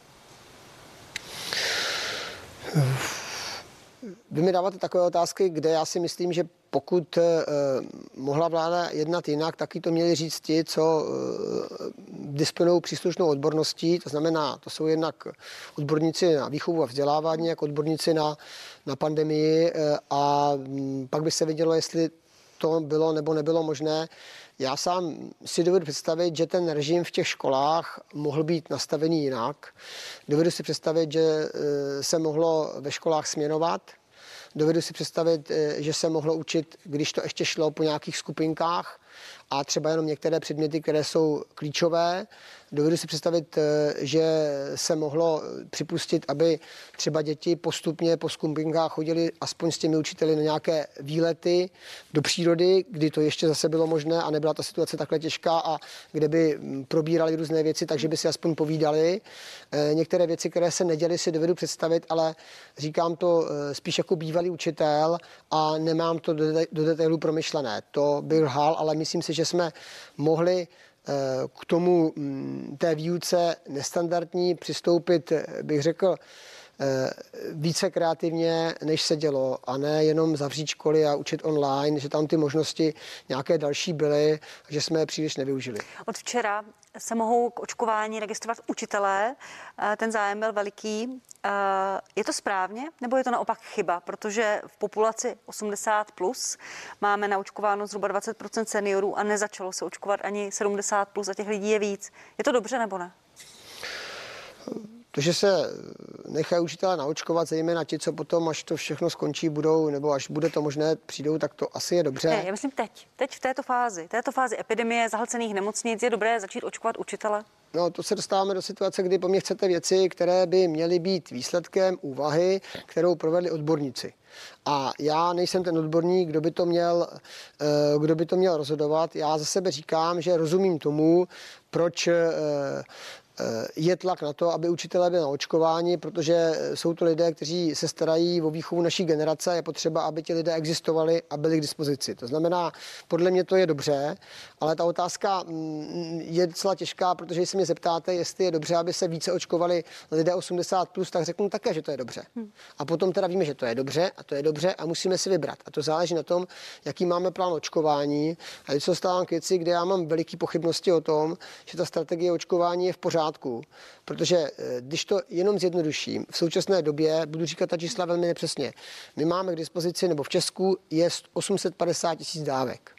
Vy mi dáváte takové otázky, kde já si myslím, že pokud eh, mohla vláda jednat jinak, taky to měli říct ti, co eh, disponují příslušnou odborností, to znamená, to jsou jednak odborníci na výchovu a vzdělávání, jak odborníci na, na pandemii eh, a m, pak by se vidělo, jestli to bylo nebo nebylo možné. Já sám si dovedu představit, že ten režim v těch školách mohl být nastavený jinak. Dovedu si představit, že se mohlo ve školách směnovat. Dovedu si představit, že se mohlo učit, když to ještě šlo, po nějakých skupinkách a třeba jenom některé předměty, které jsou klíčové. Dovedu si představit, že se mohlo připustit, aby třeba děti postupně po skupinkách chodili aspoň s těmi učiteli na nějaké výlety do přírody, kdy to ještě zase bylo možné a nebyla ta situace takhle těžká a kde by probírali různé věci, takže by si aspoň povídali. Některé věci, které se neděly, si dovedu představit, ale říkám to spíš jako bývalý učitel a nemám to do, do detailu promyšlené. To byl lhal, ale myslím si, že jsme mohli k tomu té výuce nestandardní přistoupit, bych řekl, více kreativně, než se dělo, a ne jenom zavřít školy a učit online, že tam ty možnosti nějaké další byly, že jsme je příliš nevyužili.
Od včera se mohou k očkování registrovat učitelé, ten zájem byl veliký. Je to správně, nebo je to naopak chyba? Protože v populaci osmdesát plus máme naočkováno zhruba dvacet procent seniorů a nezačalo se očkovat ani sedmdesát plus a těch lidí je víc. Je to dobře nebo ne?
To, že se nechají učitelé naočkovat, zejména ti, co potom, až to všechno skončí, budou, nebo až bude to možné, přijdou, tak to asi je dobře.
Ne, já myslím teď. Teď v této fázi. této fázi epidemie zahlcených nemocnic je dobré začít očkovat učitele?
No, to se dostáváme do situace, kdy po mně chcete věci, které by měly být výsledkem úvahy, kterou provedli odborníci. A já nejsem ten odborník, kdo by to měl, kdo by to měl rozhodovat. Já za sebe říkám, že rozumím tomu, proč je tlak na to, aby učitelé byli naočkováni, protože jsou to lidé, kteří se starají o výchovu naší generace. Je potřeba, aby ti lidé existovali a byli k dispozici. To znamená, podle mě to je dobře, ale ta otázka je docela těžká, protože se mě zeptáte, jestli je dobře, aby se více očkovali lidé osmdesát plus, tak řeknu také, že to je dobře. A potom teda víme, že to je dobře a to je dobře a musíme si vybrat. A to záleží na tom, jaký máme plán očkování. A když se dostávám k věci, kde já mám veliké pochybnosti o tom, že ta strategie očkování je v pořádku, protože když to jenom zjednoduším, v současné době, budu říkat ta čísla velmi nepřesně, my máme k dispozici, nebo v Česku je osm set padesát tisíc dávek.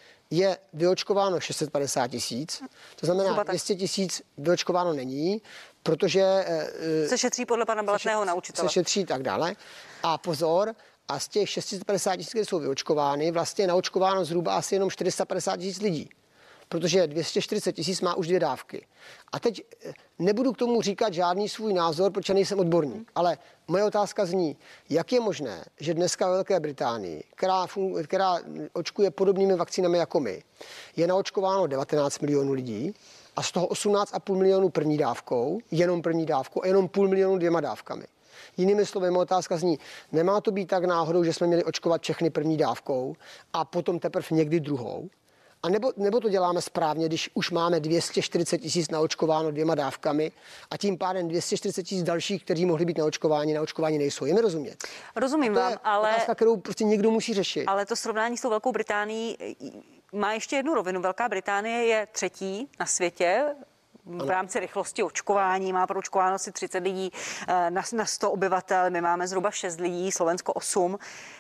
Je vyočkováno šest set padesát tisíc, to znamená dvě stě tisíc vyočkováno není, protože
se šetří podle pana Blatného na učitele.
Se šetří tak dále. A pozor, a z těch šest set padesát tisíc, které jsou vyočkovány, vlastně je naočkováno zhruba asi jenom čtyři sta padesát tisíc lidí. Protože dvě stě čtyřicet tisíc má už dvě dávky. A teď nebudu k tomu říkat žádný svůj názor, protože nejsem odborník, ale moje otázka zní, jak je možné, že dneska ve Velké Británii, která, fungu, která očkuje podobnými vakcínami jako my, je naočkováno devatenáct milionů lidí a z toho osmnáct a půl milionu první dávkou, jenom první dávkou a jenom půl milionu dvěma dávkami. Jinými slovy, moje otázka zní, nemá to být tak náhodou, že jsme měli očkovat všechny první dávkou a potom teprve někdy druhou? A nebo, nebo to děláme správně, když už máme dvě stě čtyřicet tisíc naočkováno dvěma dávkami a tím pádem dvě stě čtyřicet tisíc dalších, kteří mohli být naočkováni, naočkováni nejsou. Je mi rozumět?
Rozumím vám, ale...
otázka, kterou prostě někdo musí řešit.
Ale to srovnání s tou Velkou Británií má ještě jednu rovinu. Velká Británie je třetí na světě v rámci rychlosti očkování, má proočkováno asi třicet lidí na, na sto obyvatel, my máme zhruba šest lidí, Slovensko osm.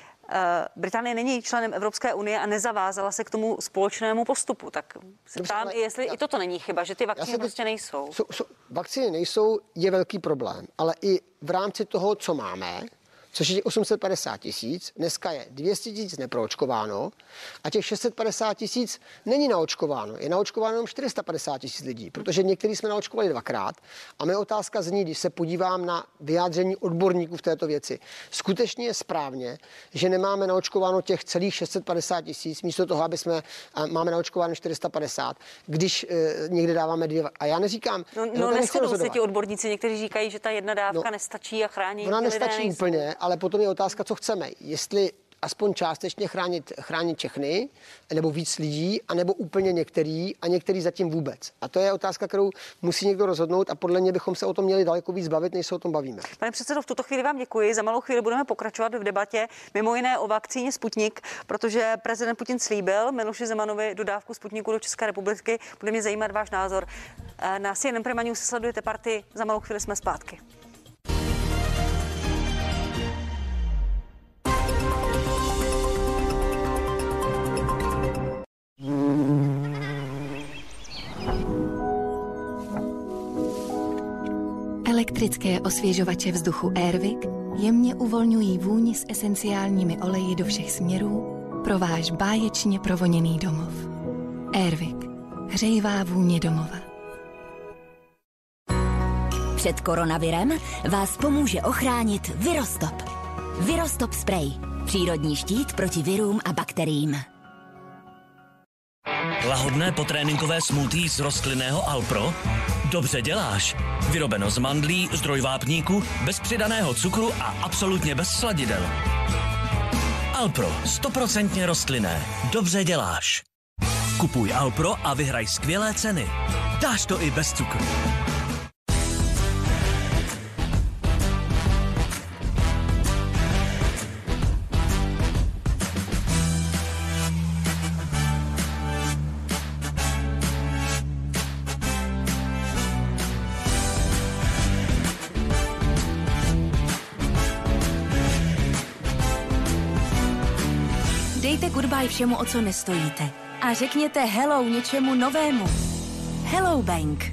Británie není členem Evropské unie a nezavázala se k tomu společnému postupu. Tak se ptám, jestli já, i toto není chyba, že ty vakcíny prostě nejsou.
Jsou, jsou, vakcíny nejsou, je velký problém, ale i v rámci toho, co máme, což je osm set padesát tisíc, dneska je dvě stě tisíc neproočkováno a těch šest set padesát tisíc není naočkováno. Je naočkováno jenom čtyři sta padesát tisíc lidí, protože některý jsme naočkovali dvakrát. A moje otázka zní, když se podívám na vyjádření odborníků v této věci. Skutečně je správně, že nemáme naočkováno těch celých šest set padesát tisíc, místo toho, aby jsme máme naočkováno čtyři sta padesát, když e, někde dáváme dvě. A já neříkám,
no, no neshodují se ti odborníci, někteří říkají, že ta jedna dávka no, nestačí a chrání.
Ona nestačí úplně, ale potom je otázka, co chceme. Jestli aspoň částečně chránit, chránit všechny, nebo víc lidí, anebo úplně některý a některý zatím vůbec. A to je otázka, kterou musí někdo rozhodnout a podle mě bychom se o tom měli daleko víc bavit, než se o tom bavíme.
Pane předsedo, v tuto chvíli vám děkuji. Za malou chvíli budeme pokračovat v debatě, mimo jiné o vakcíně Sputnik, protože prezident Putin slíbil Miloši Zemanovi dodávku Sputniku do České republiky. Bude mě zajímat váš názor. Na C N N Prima News sledujete Partii. Za malou chvíli jsme zpátky.
Elektrické osvěžovače vzduchu Airwick jemně uvolňují vůni s esenciálními oleji do všech směrů pro váš báječně provoněný domov. Airwick. Hřejivá vůně domova.
Před koronavirem vás pomůže ochránit Virostop. Virostop spray. Přírodní štít proti virům a bakteriím.
Lahodné potréninkové smoothie z rostlinného Alpro? Dobře děláš. Vyrobeno z mandlí, zdroj vápníku, bez přidaného cukru a absolutně bez sladidel. Alpro, stoprocentně rostlinné. Dobře děláš. Kupuj Alpro a vyhraj skvělé ceny. Dáš to i bez cukru.
Dejte goodbye všemu, o co nestojíte. A řekněte hello něčemu novému. Hello Bank.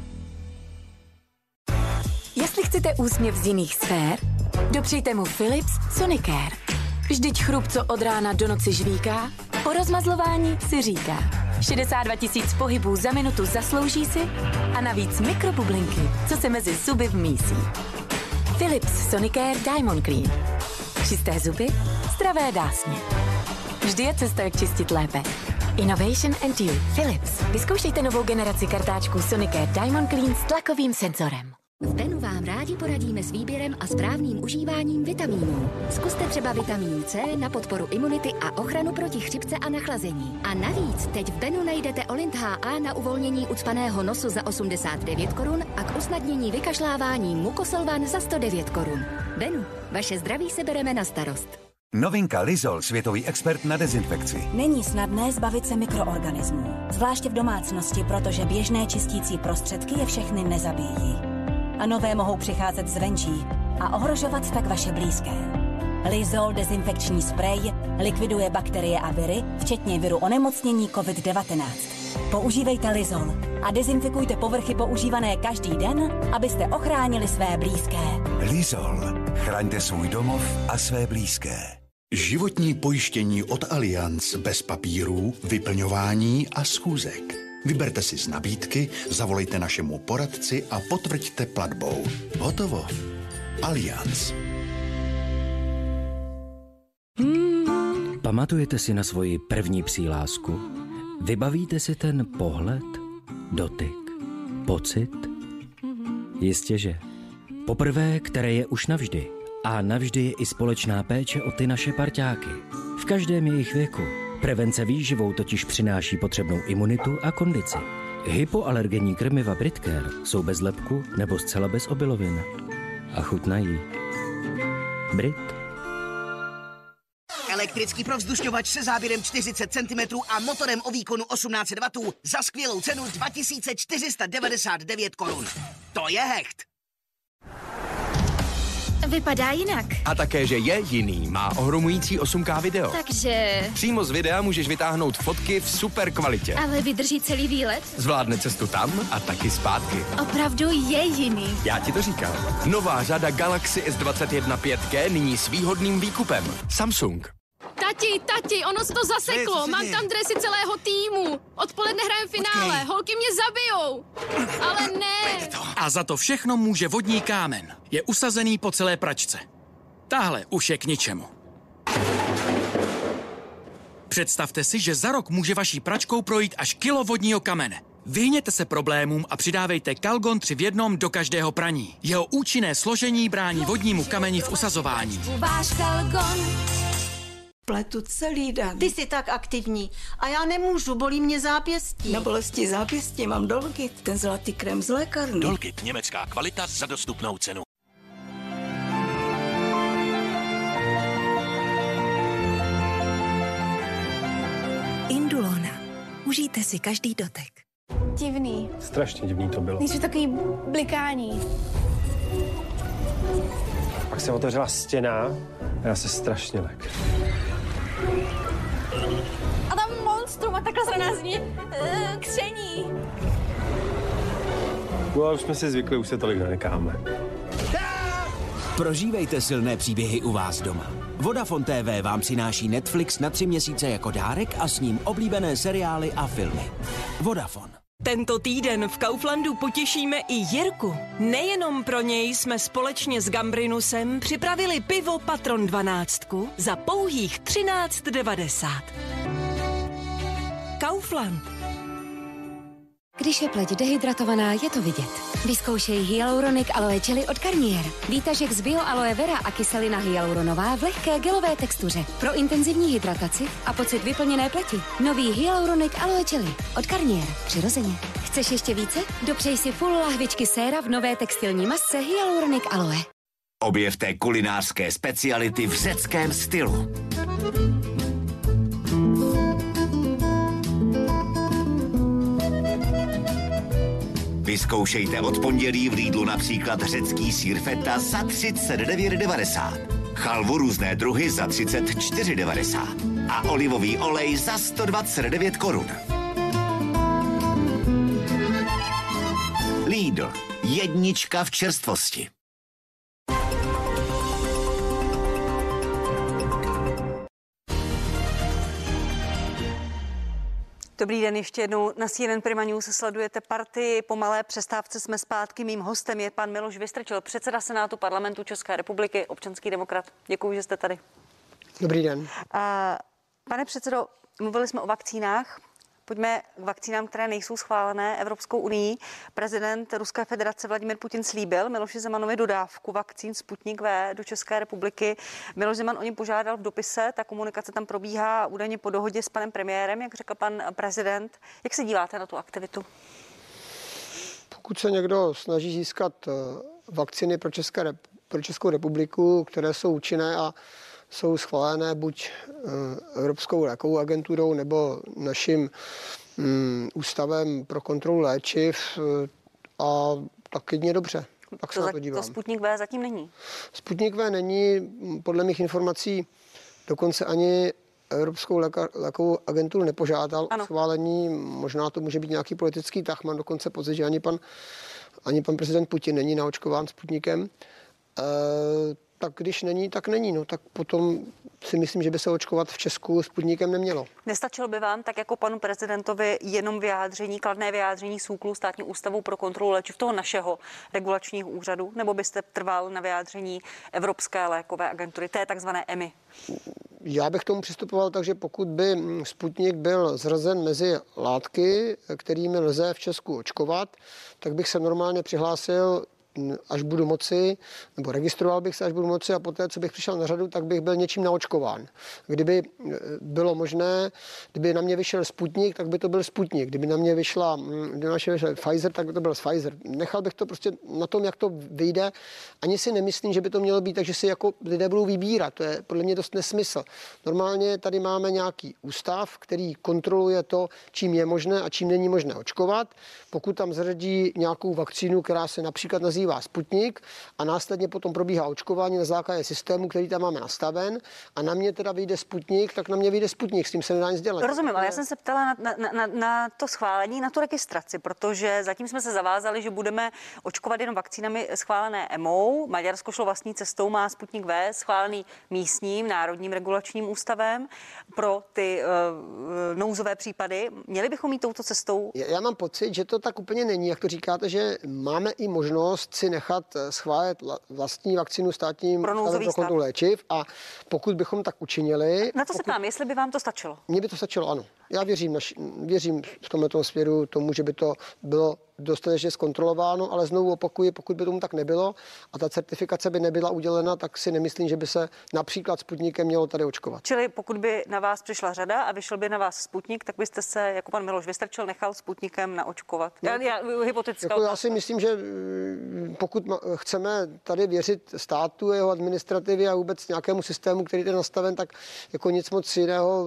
Jestli chcete úsměv z jiných sfér, dopřejte mu Philips Sonicare. Vždyť chrup, co od rána do noci žvíká, po rozmazlování si říká. šedesát dva tisíc pohybů za minutu zaslouží si a navíc mikrobublinky, co se mezi zuby vmísí. Philips Sonicare Diamond Clean. Čisté zuby, zdravé dásně. Vždy je cesta, jak čistit lépe. Innovation and you. Philips. Vyzkoušejte novou generaci kartáčků Sonicare Diamond Clean s tlakovým senzorem.
V Benu vám rádi poradíme s výběrem a správným užíváním vitamínů. Zkuste třeba vitamin C na podporu imunity a ochranu proti chřipce a nachlazení. A navíc teď v Benu najdete Olint H A na uvolnění ucpaného nosu za osmdesát devět korun a k usnadnění vykašlávání Mucosolvan za sto devět korun. Benu, vaše zdraví se bereme na starost.
Novinka Lizol, světový expert na dezinfekci.
Není snadné zbavit se mikroorganismů, zvláště v domácnosti, protože běžné čistící prostředky je všechny nezabíjí. A nové mohou přicházet zvenčí a ohrožovat tak vaše blízké. Lizol dezinfekční sprej likviduje bakterie a viry, včetně viru onemocnění covid devatenáct. Používejte Lizol a dezinfikujte povrchy používané každý den, abyste ochránili své blízké.
Lizol. Chraňte svůj domov a své blízké.
Životní pojištění od Allianz bez papírů, vyplňování a schůzek. Vyberte si z nabídky, zavolejte našemu poradci a potvrďte platbou. Hotovo. Allianz.
Pamatujete si na svoji první psí-lásku? Vybavíte si ten pohled, dotyk, pocit? Jistěže. Poprvé, které je už navždy. A navždy je i společná péče o ty naše parťáky. V každém jejich věku. Prevence výživou totiž přináší potřebnou imunitu a kondici. Hypoalergenní krmiva Britcare jsou bez lepku nebo zcela bez obilovin. A chutnají. Brit.
Elektrický provzdušňovač se záběrem čtyřicet centimetrů a motorem o výkonu osmnáct set wattů za skvělou cenu dva tisíce čtyři sta devadesát devět korun. To je hecht.
Vypadá jinak.
A také, že je jiný. Má ohromující osm ká video.
Takže...
Přímo z videa můžeš vytáhnout fotky v super kvalitě.
Ale vydrží celý výlet?
Zvládne cestu tam a taky zpátky.
Opravdu je jiný.
Já ti to říkám. Nová řada Galaxy S dvacet jedna pět G nyní s výhodným výkupem. Samsung.
Tati, tati, ono se to zaseklo. Mám tam dresy celého týmu. Odpoledne hrajem finále. Okay. Holky mě zabijou. Ale ne.
A za to všechno může vodní kámen. Je usazený po celé pračce. Tahle už je k ničemu. Představte si, že za rok může vaší pračkou projít až kilo vodního kamene. Vyhněte se problémům a přidávejte Calgon tři v jednom do každého praní. Jeho účinné složení brání vodnímu kameni v usazování.
Váš Calgon.
Pletu celý den.
Ty jsi tak aktivní a já nemůžu, bolí mě zápěstí.
Na bolesti zápěstí mám Dolgit, ten zlatý krém z lékárny.
Dolgit, německá kvalita za dostupnou cenu.
Indulona. Užijte si každý dotek.
Divný.
Strašně divný to bylo.
Nejdřív takový blikání.
Pak se otevřela stěna a já se strašně lek.
A tam monstrum a takhle se na nás zní uh, kření.
No a už jsme si zvykli, už se tolik nenecháme.
Prožívejte silné příběhy u vás doma. Vodafone T V vám přináší Netflix na tři měsíce jako dárek a s ním oblíbené seriály a filmy. Vodafone.
Tento týden v Kauflandu potěšíme i Jirku. Nejenom pro něj jsme společně s Gambrinusem připravili pivo Patron dvanáct za pouhých třináct devadesát. Kaufland.
Když je pleť dehydratovaná, je to vidět. Vyzkoušej Hyaluronic Aloe Jelly od Garnier. Výtažek z bio aloe vera a kyselina hyaluronová v lehké gelové textuře. Pro intenzivní hydrataci a pocit vyplněné pleti. Nový Hyaluronic Aloe Jelly od Garnier. Přirozeně. Chceš ještě více? Dopřej si půl lahvičky séra v nové textilní masce Hyaluronic Aloe.
Objevte kulinářské speciality v řeckém stylu. Vyzkoušejte od pondělí v Lidlu například řecký sýr feta za třicet devět devadesát, chalvu různé druhy za třicet čtyři devadesát a olivový olej za sto dvacet devět korun. Lidl, jednička v čerstvosti.
Dobrý den, ještě jednou na C N N Prima News sledujete Partii. Po malé přestávce jsme zpátky. Mým hostem je pan Miloš Vystrčil, předseda Senátu Parlamentu České republiky, občanský demokrat. Děkuji, že jste tady.
Dobrý den.
A, pane předsedo, mluvili jsme o vakcínách. Pojďme k vakcínám, které nejsou schválené Evropskou unii. Prezident Ruské federace Vladimír Putin slíbil Miloši Zemanovi dodávku vakcín Sputnik V do České republiky. Miloš Zeman o ně požádal v dopise, ta komunikace tam probíhá údajně po dohodě s panem premiérem, jak řekl pan prezident. Jak se díváte na tu aktivitu?
Pokud se někdo snaží získat vakcíny pro, České, pro Českou republiku, které jsou účinné a jsou schválené buď Evropskou lékovou agenturou nebo naším um, ústavem pro kontrolu léčiv, a tak jedně dobře. Tak se
to,
na to dívám.
To Sputnik V zatím není?
Sputnik V není, podle mých informací, dokonce ani Evropskou léka, lékovou agenturu nepožádal o schválení. Možná to může být nějaký politický tah. Mám dokonce pocit, že ani pan, ani pan prezident Putin není naočkován Sputnikem. E, tak když není, tak není. No, tak potom si myslím, že by se očkovat v Česku Sputnikem nemělo.
Nestačilo by vám, tak jako panu prezidentovi, jenom vyjádření, kladné vyjádření SÚKLu, Státní ústavu pro kontrolu léčiv, toho našeho regulačního úřadu, nebo byste trval na vyjádření Evropské lékové agentury, té takzvané E M I?
Já bych k tomu přistupoval tak, že pokud by Sputnik byl zřazen mezi látky, kterými lze v Česku očkovat, tak bych se normálně přihlásil, až budu moci, nebo registroval bych se, až budu moci, a poté, co bych přišel na řadu, tak bych byl něčím naočkován. Kdyby bylo možné, kdyby na mě vyšel Sputnik, tak by to byl Sputnik. Kdyby na mě vyšla, kdyby na mě vyšel Pfizer, tak by to byl Pfizer. Nechal bych to prostě na tom, jak to vyjde. Ani si nemyslím, že by to mělo být tak, že si jako lidé budou vybírat. To je podle mě dost nesmysl. Normálně tady máme nějaký ústav, který kontroluje to, čím je možné a čím není možné očkovat. Pokud tam zařadí nějakou vakcínu, která se například nazývá Sputnik, a následně potom probíhá očkování na základě systému, který tam máme nastaven, a na mě teda vyjde Sputnik, tak na mě vyjde Sputnik, s tím se nedá nic dělat.
Rozumím, ale já jsem se ptala na, na, na, na to schválení, na tu registraci, protože zatím jsme se zavázali, že budeme očkovat jenom vakcínami schválené E M O. Maďarsko šlo vlastní cestou, má Sputnik V schválený místním národním regulačním ústavem pro ty uh, nouzové případy. Měli bychom jít touto cestou?
Já, já mám pocit, že to tak úplně není, jak to říkáte, že máme i možnost si nechat schválit vlastní vakcínu Státním ústavem pro kontrolu léčiv, a pokud bychom tak učinili...
Na to
pokud...
se ptám, jestli by vám to stačilo?
Mně by to stačilo, ano. Já věřím, naš... věřím v tomto směru tomu, že by to bylo dostatečně zkontrolováno, ale znovu opakuji, pokud by tomu tak nebylo a ta certifikace by nebyla udělena, tak si nemyslím, že by se například Sputnikem mělo tady očkovat.
Čili pokud by na vás přišla řada a vyšel by na vás Sputnik, tak byste se, jako pan Miloš Vystrčil, nechal Sputnikem naočkovat.
No,
já, já, hypotetická
jako já si myslím, že pokud chceme tady věřit státu, jeho administrativě a vůbec nějakému systému, který je nastaven, tak jako nic moc jiného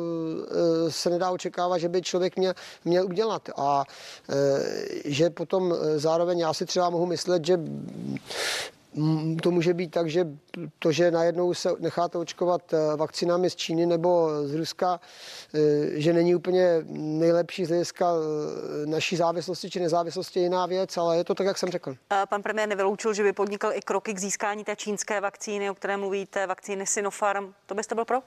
se nedá očekávat, že by člověk měl, měl udělat. A že potom zároveň já si třeba mohu myslet, že To může být tak, že to, že najednou se necháte očkovat vakcínami z Číny nebo z Ruska, že není úplně nejlepší z hlediska naší závislosti či nezávislosti, je jiná věc, ale je to tak, jak jsem řekl.
Pan premiér nevyloučil, že by podnikl i kroky k získání té čínské vakcíny, o které mluvíte, vakcíny Sinopharm. To byste byl pro?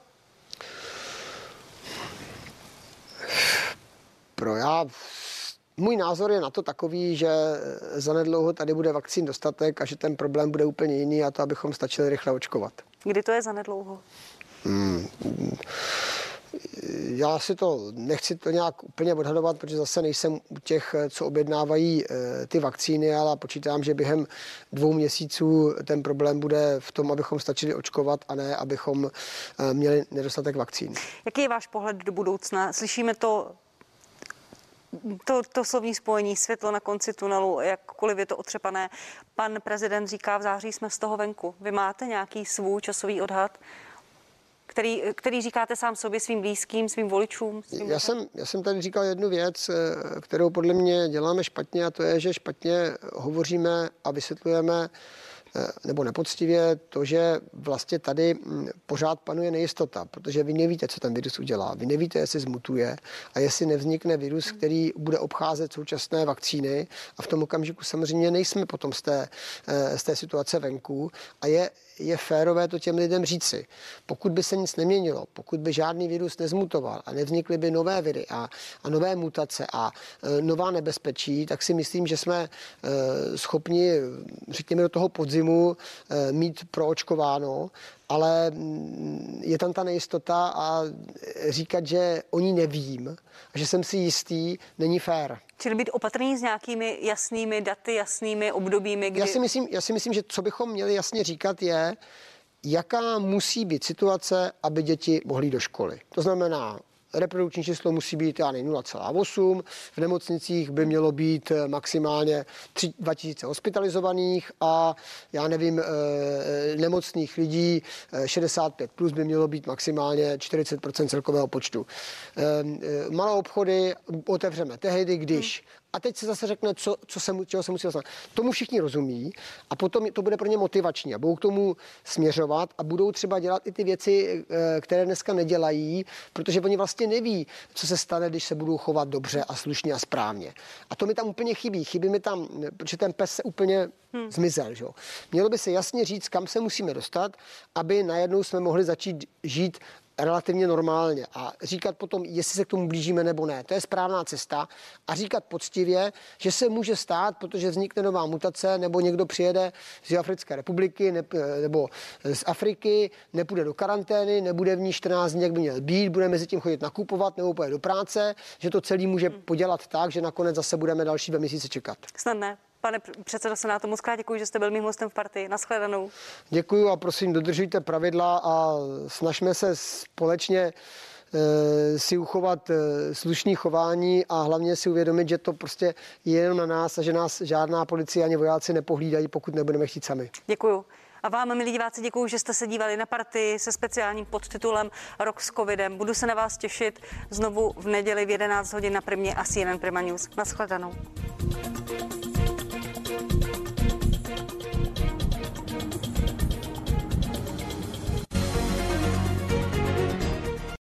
Pro já... Můj názor je na to takový, že zanedlouho tady bude vakcín dostatek a že ten problém bude úplně jiný a to, abychom stačili rychle očkovat.
Kdy to je zanedlouho?
Hmm. Já si to nechci to nějak úplně odhadovat, protože zase nejsem u těch, co objednávají ty vakcíny, ale počítám, že během dvou měsíců ten problém bude v tom, abychom stačili očkovat a ne, abychom měli nedostatek vakcín.
Jaký je váš pohled do budoucna? Slyšíme to To, to slovní spojení, světlo na konci tunelu, jakkoliv je to otřepané. Pan prezident říká, v září jsme z toho venku. Vy máte nějaký svůj časový odhad, který, který říkáte sám sobě, svým blízkým, svým voličům? Svým
já, jsem, já jsem tady říkal jednu věc, kterou podle mě děláme špatně, a to je, že špatně hovoříme a vysvětlujeme nebo nepoctivě to, že vlastně tady pořád panuje nejistota, protože vy nevíte, co ten virus udělá. Vy nevíte, jestli zmutuje a jestli nevznikne virus, který bude obcházet současné vakcíny a v tom okamžiku samozřejmě nejsme potom z té, z té situace venku a je, je férové to těm lidem říci. Pokud by se nic neměnilo, pokud by žádný virus nezmutoval a nevznikly by nové viry a, a nové mutace a e, nová nebezpečí, tak si myslím, že jsme e, schopni, řekněme, do toho podzimu mít proočkováno, ale je tam ta nejistota a říkat, že o ní nevím a že jsem si jistý, není fér.
Čili být opatrný s nějakými jasnými daty, jasnými obdobími, kdy...
Já si myslím, já si myslím, že co bychom měli jasně říkat je, jaká musí být situace, aby děti mohly jít do školy. To znamená, reprodukční číslo musí být já nevím, nula celá osm, v nemocnicích by mělo být maximálně dva tisíce hospitalizovaných a já nevím, nemocných lidí šedesát pět plus by mělo být maximálně čtyřicet procent celkového počtu. Malé obchody otevřeme tehdy, když a teď se zase řekne, co, co se, čeho se musí dostat. Tomu všichni rozumí a potom to bude pro ně motivační a budou k tomu směřovat a budou třeba dělat i ty věci, které dneska nedělají, protože oni vlastně neví, co se stane, když se budou chovat dobře a slušně a správně. A to mi tam úplně chybí. Chybí mi tam, protože ten pes se úplně hmm. zmizel. Že? Mělo by se jasně říct, kam se musíme dostat, aby najednou jsme mohli začít žít relativně normálně a říkat potom, jestli se k tomu blížíme nebo ne. To je správná cesta a říkat poctivě, že se může stát, protože vznikne nová mutace nebo někdo přijede z Africké republiky ne, nebo z Afriky, nepůjde do karantény, nebude v ní čtrnáct dní, jak by měl být, bude mezi tím chodit nakupovat nebo pojede do práce, že to celý může podělat tak, že nakonec zase budeme další dva měsíce čekat.
Snadné. Pane předsedo Senátu, moc krát děkuji, že jste byl mým hostem v Partii. Naschledanou.
Děkuji a prosím, dodržujte pravidla a snažme se společně e, si uchovat e, slušný chování a hlavně si uvědomit, že to prostě je jenom na nás a že nás žádná policie ani vojáci nepohlídají, pokud nebudeme chtít sami.
Děkuji. A vám, milí diváci, děkuji, že jste se dívali na Partii se speciálním podtitulem Rok s covidem. Budu se na vás těšit znovu v neděli v jedenáct hodin na Primě a C N N Prima News. Naschledanou.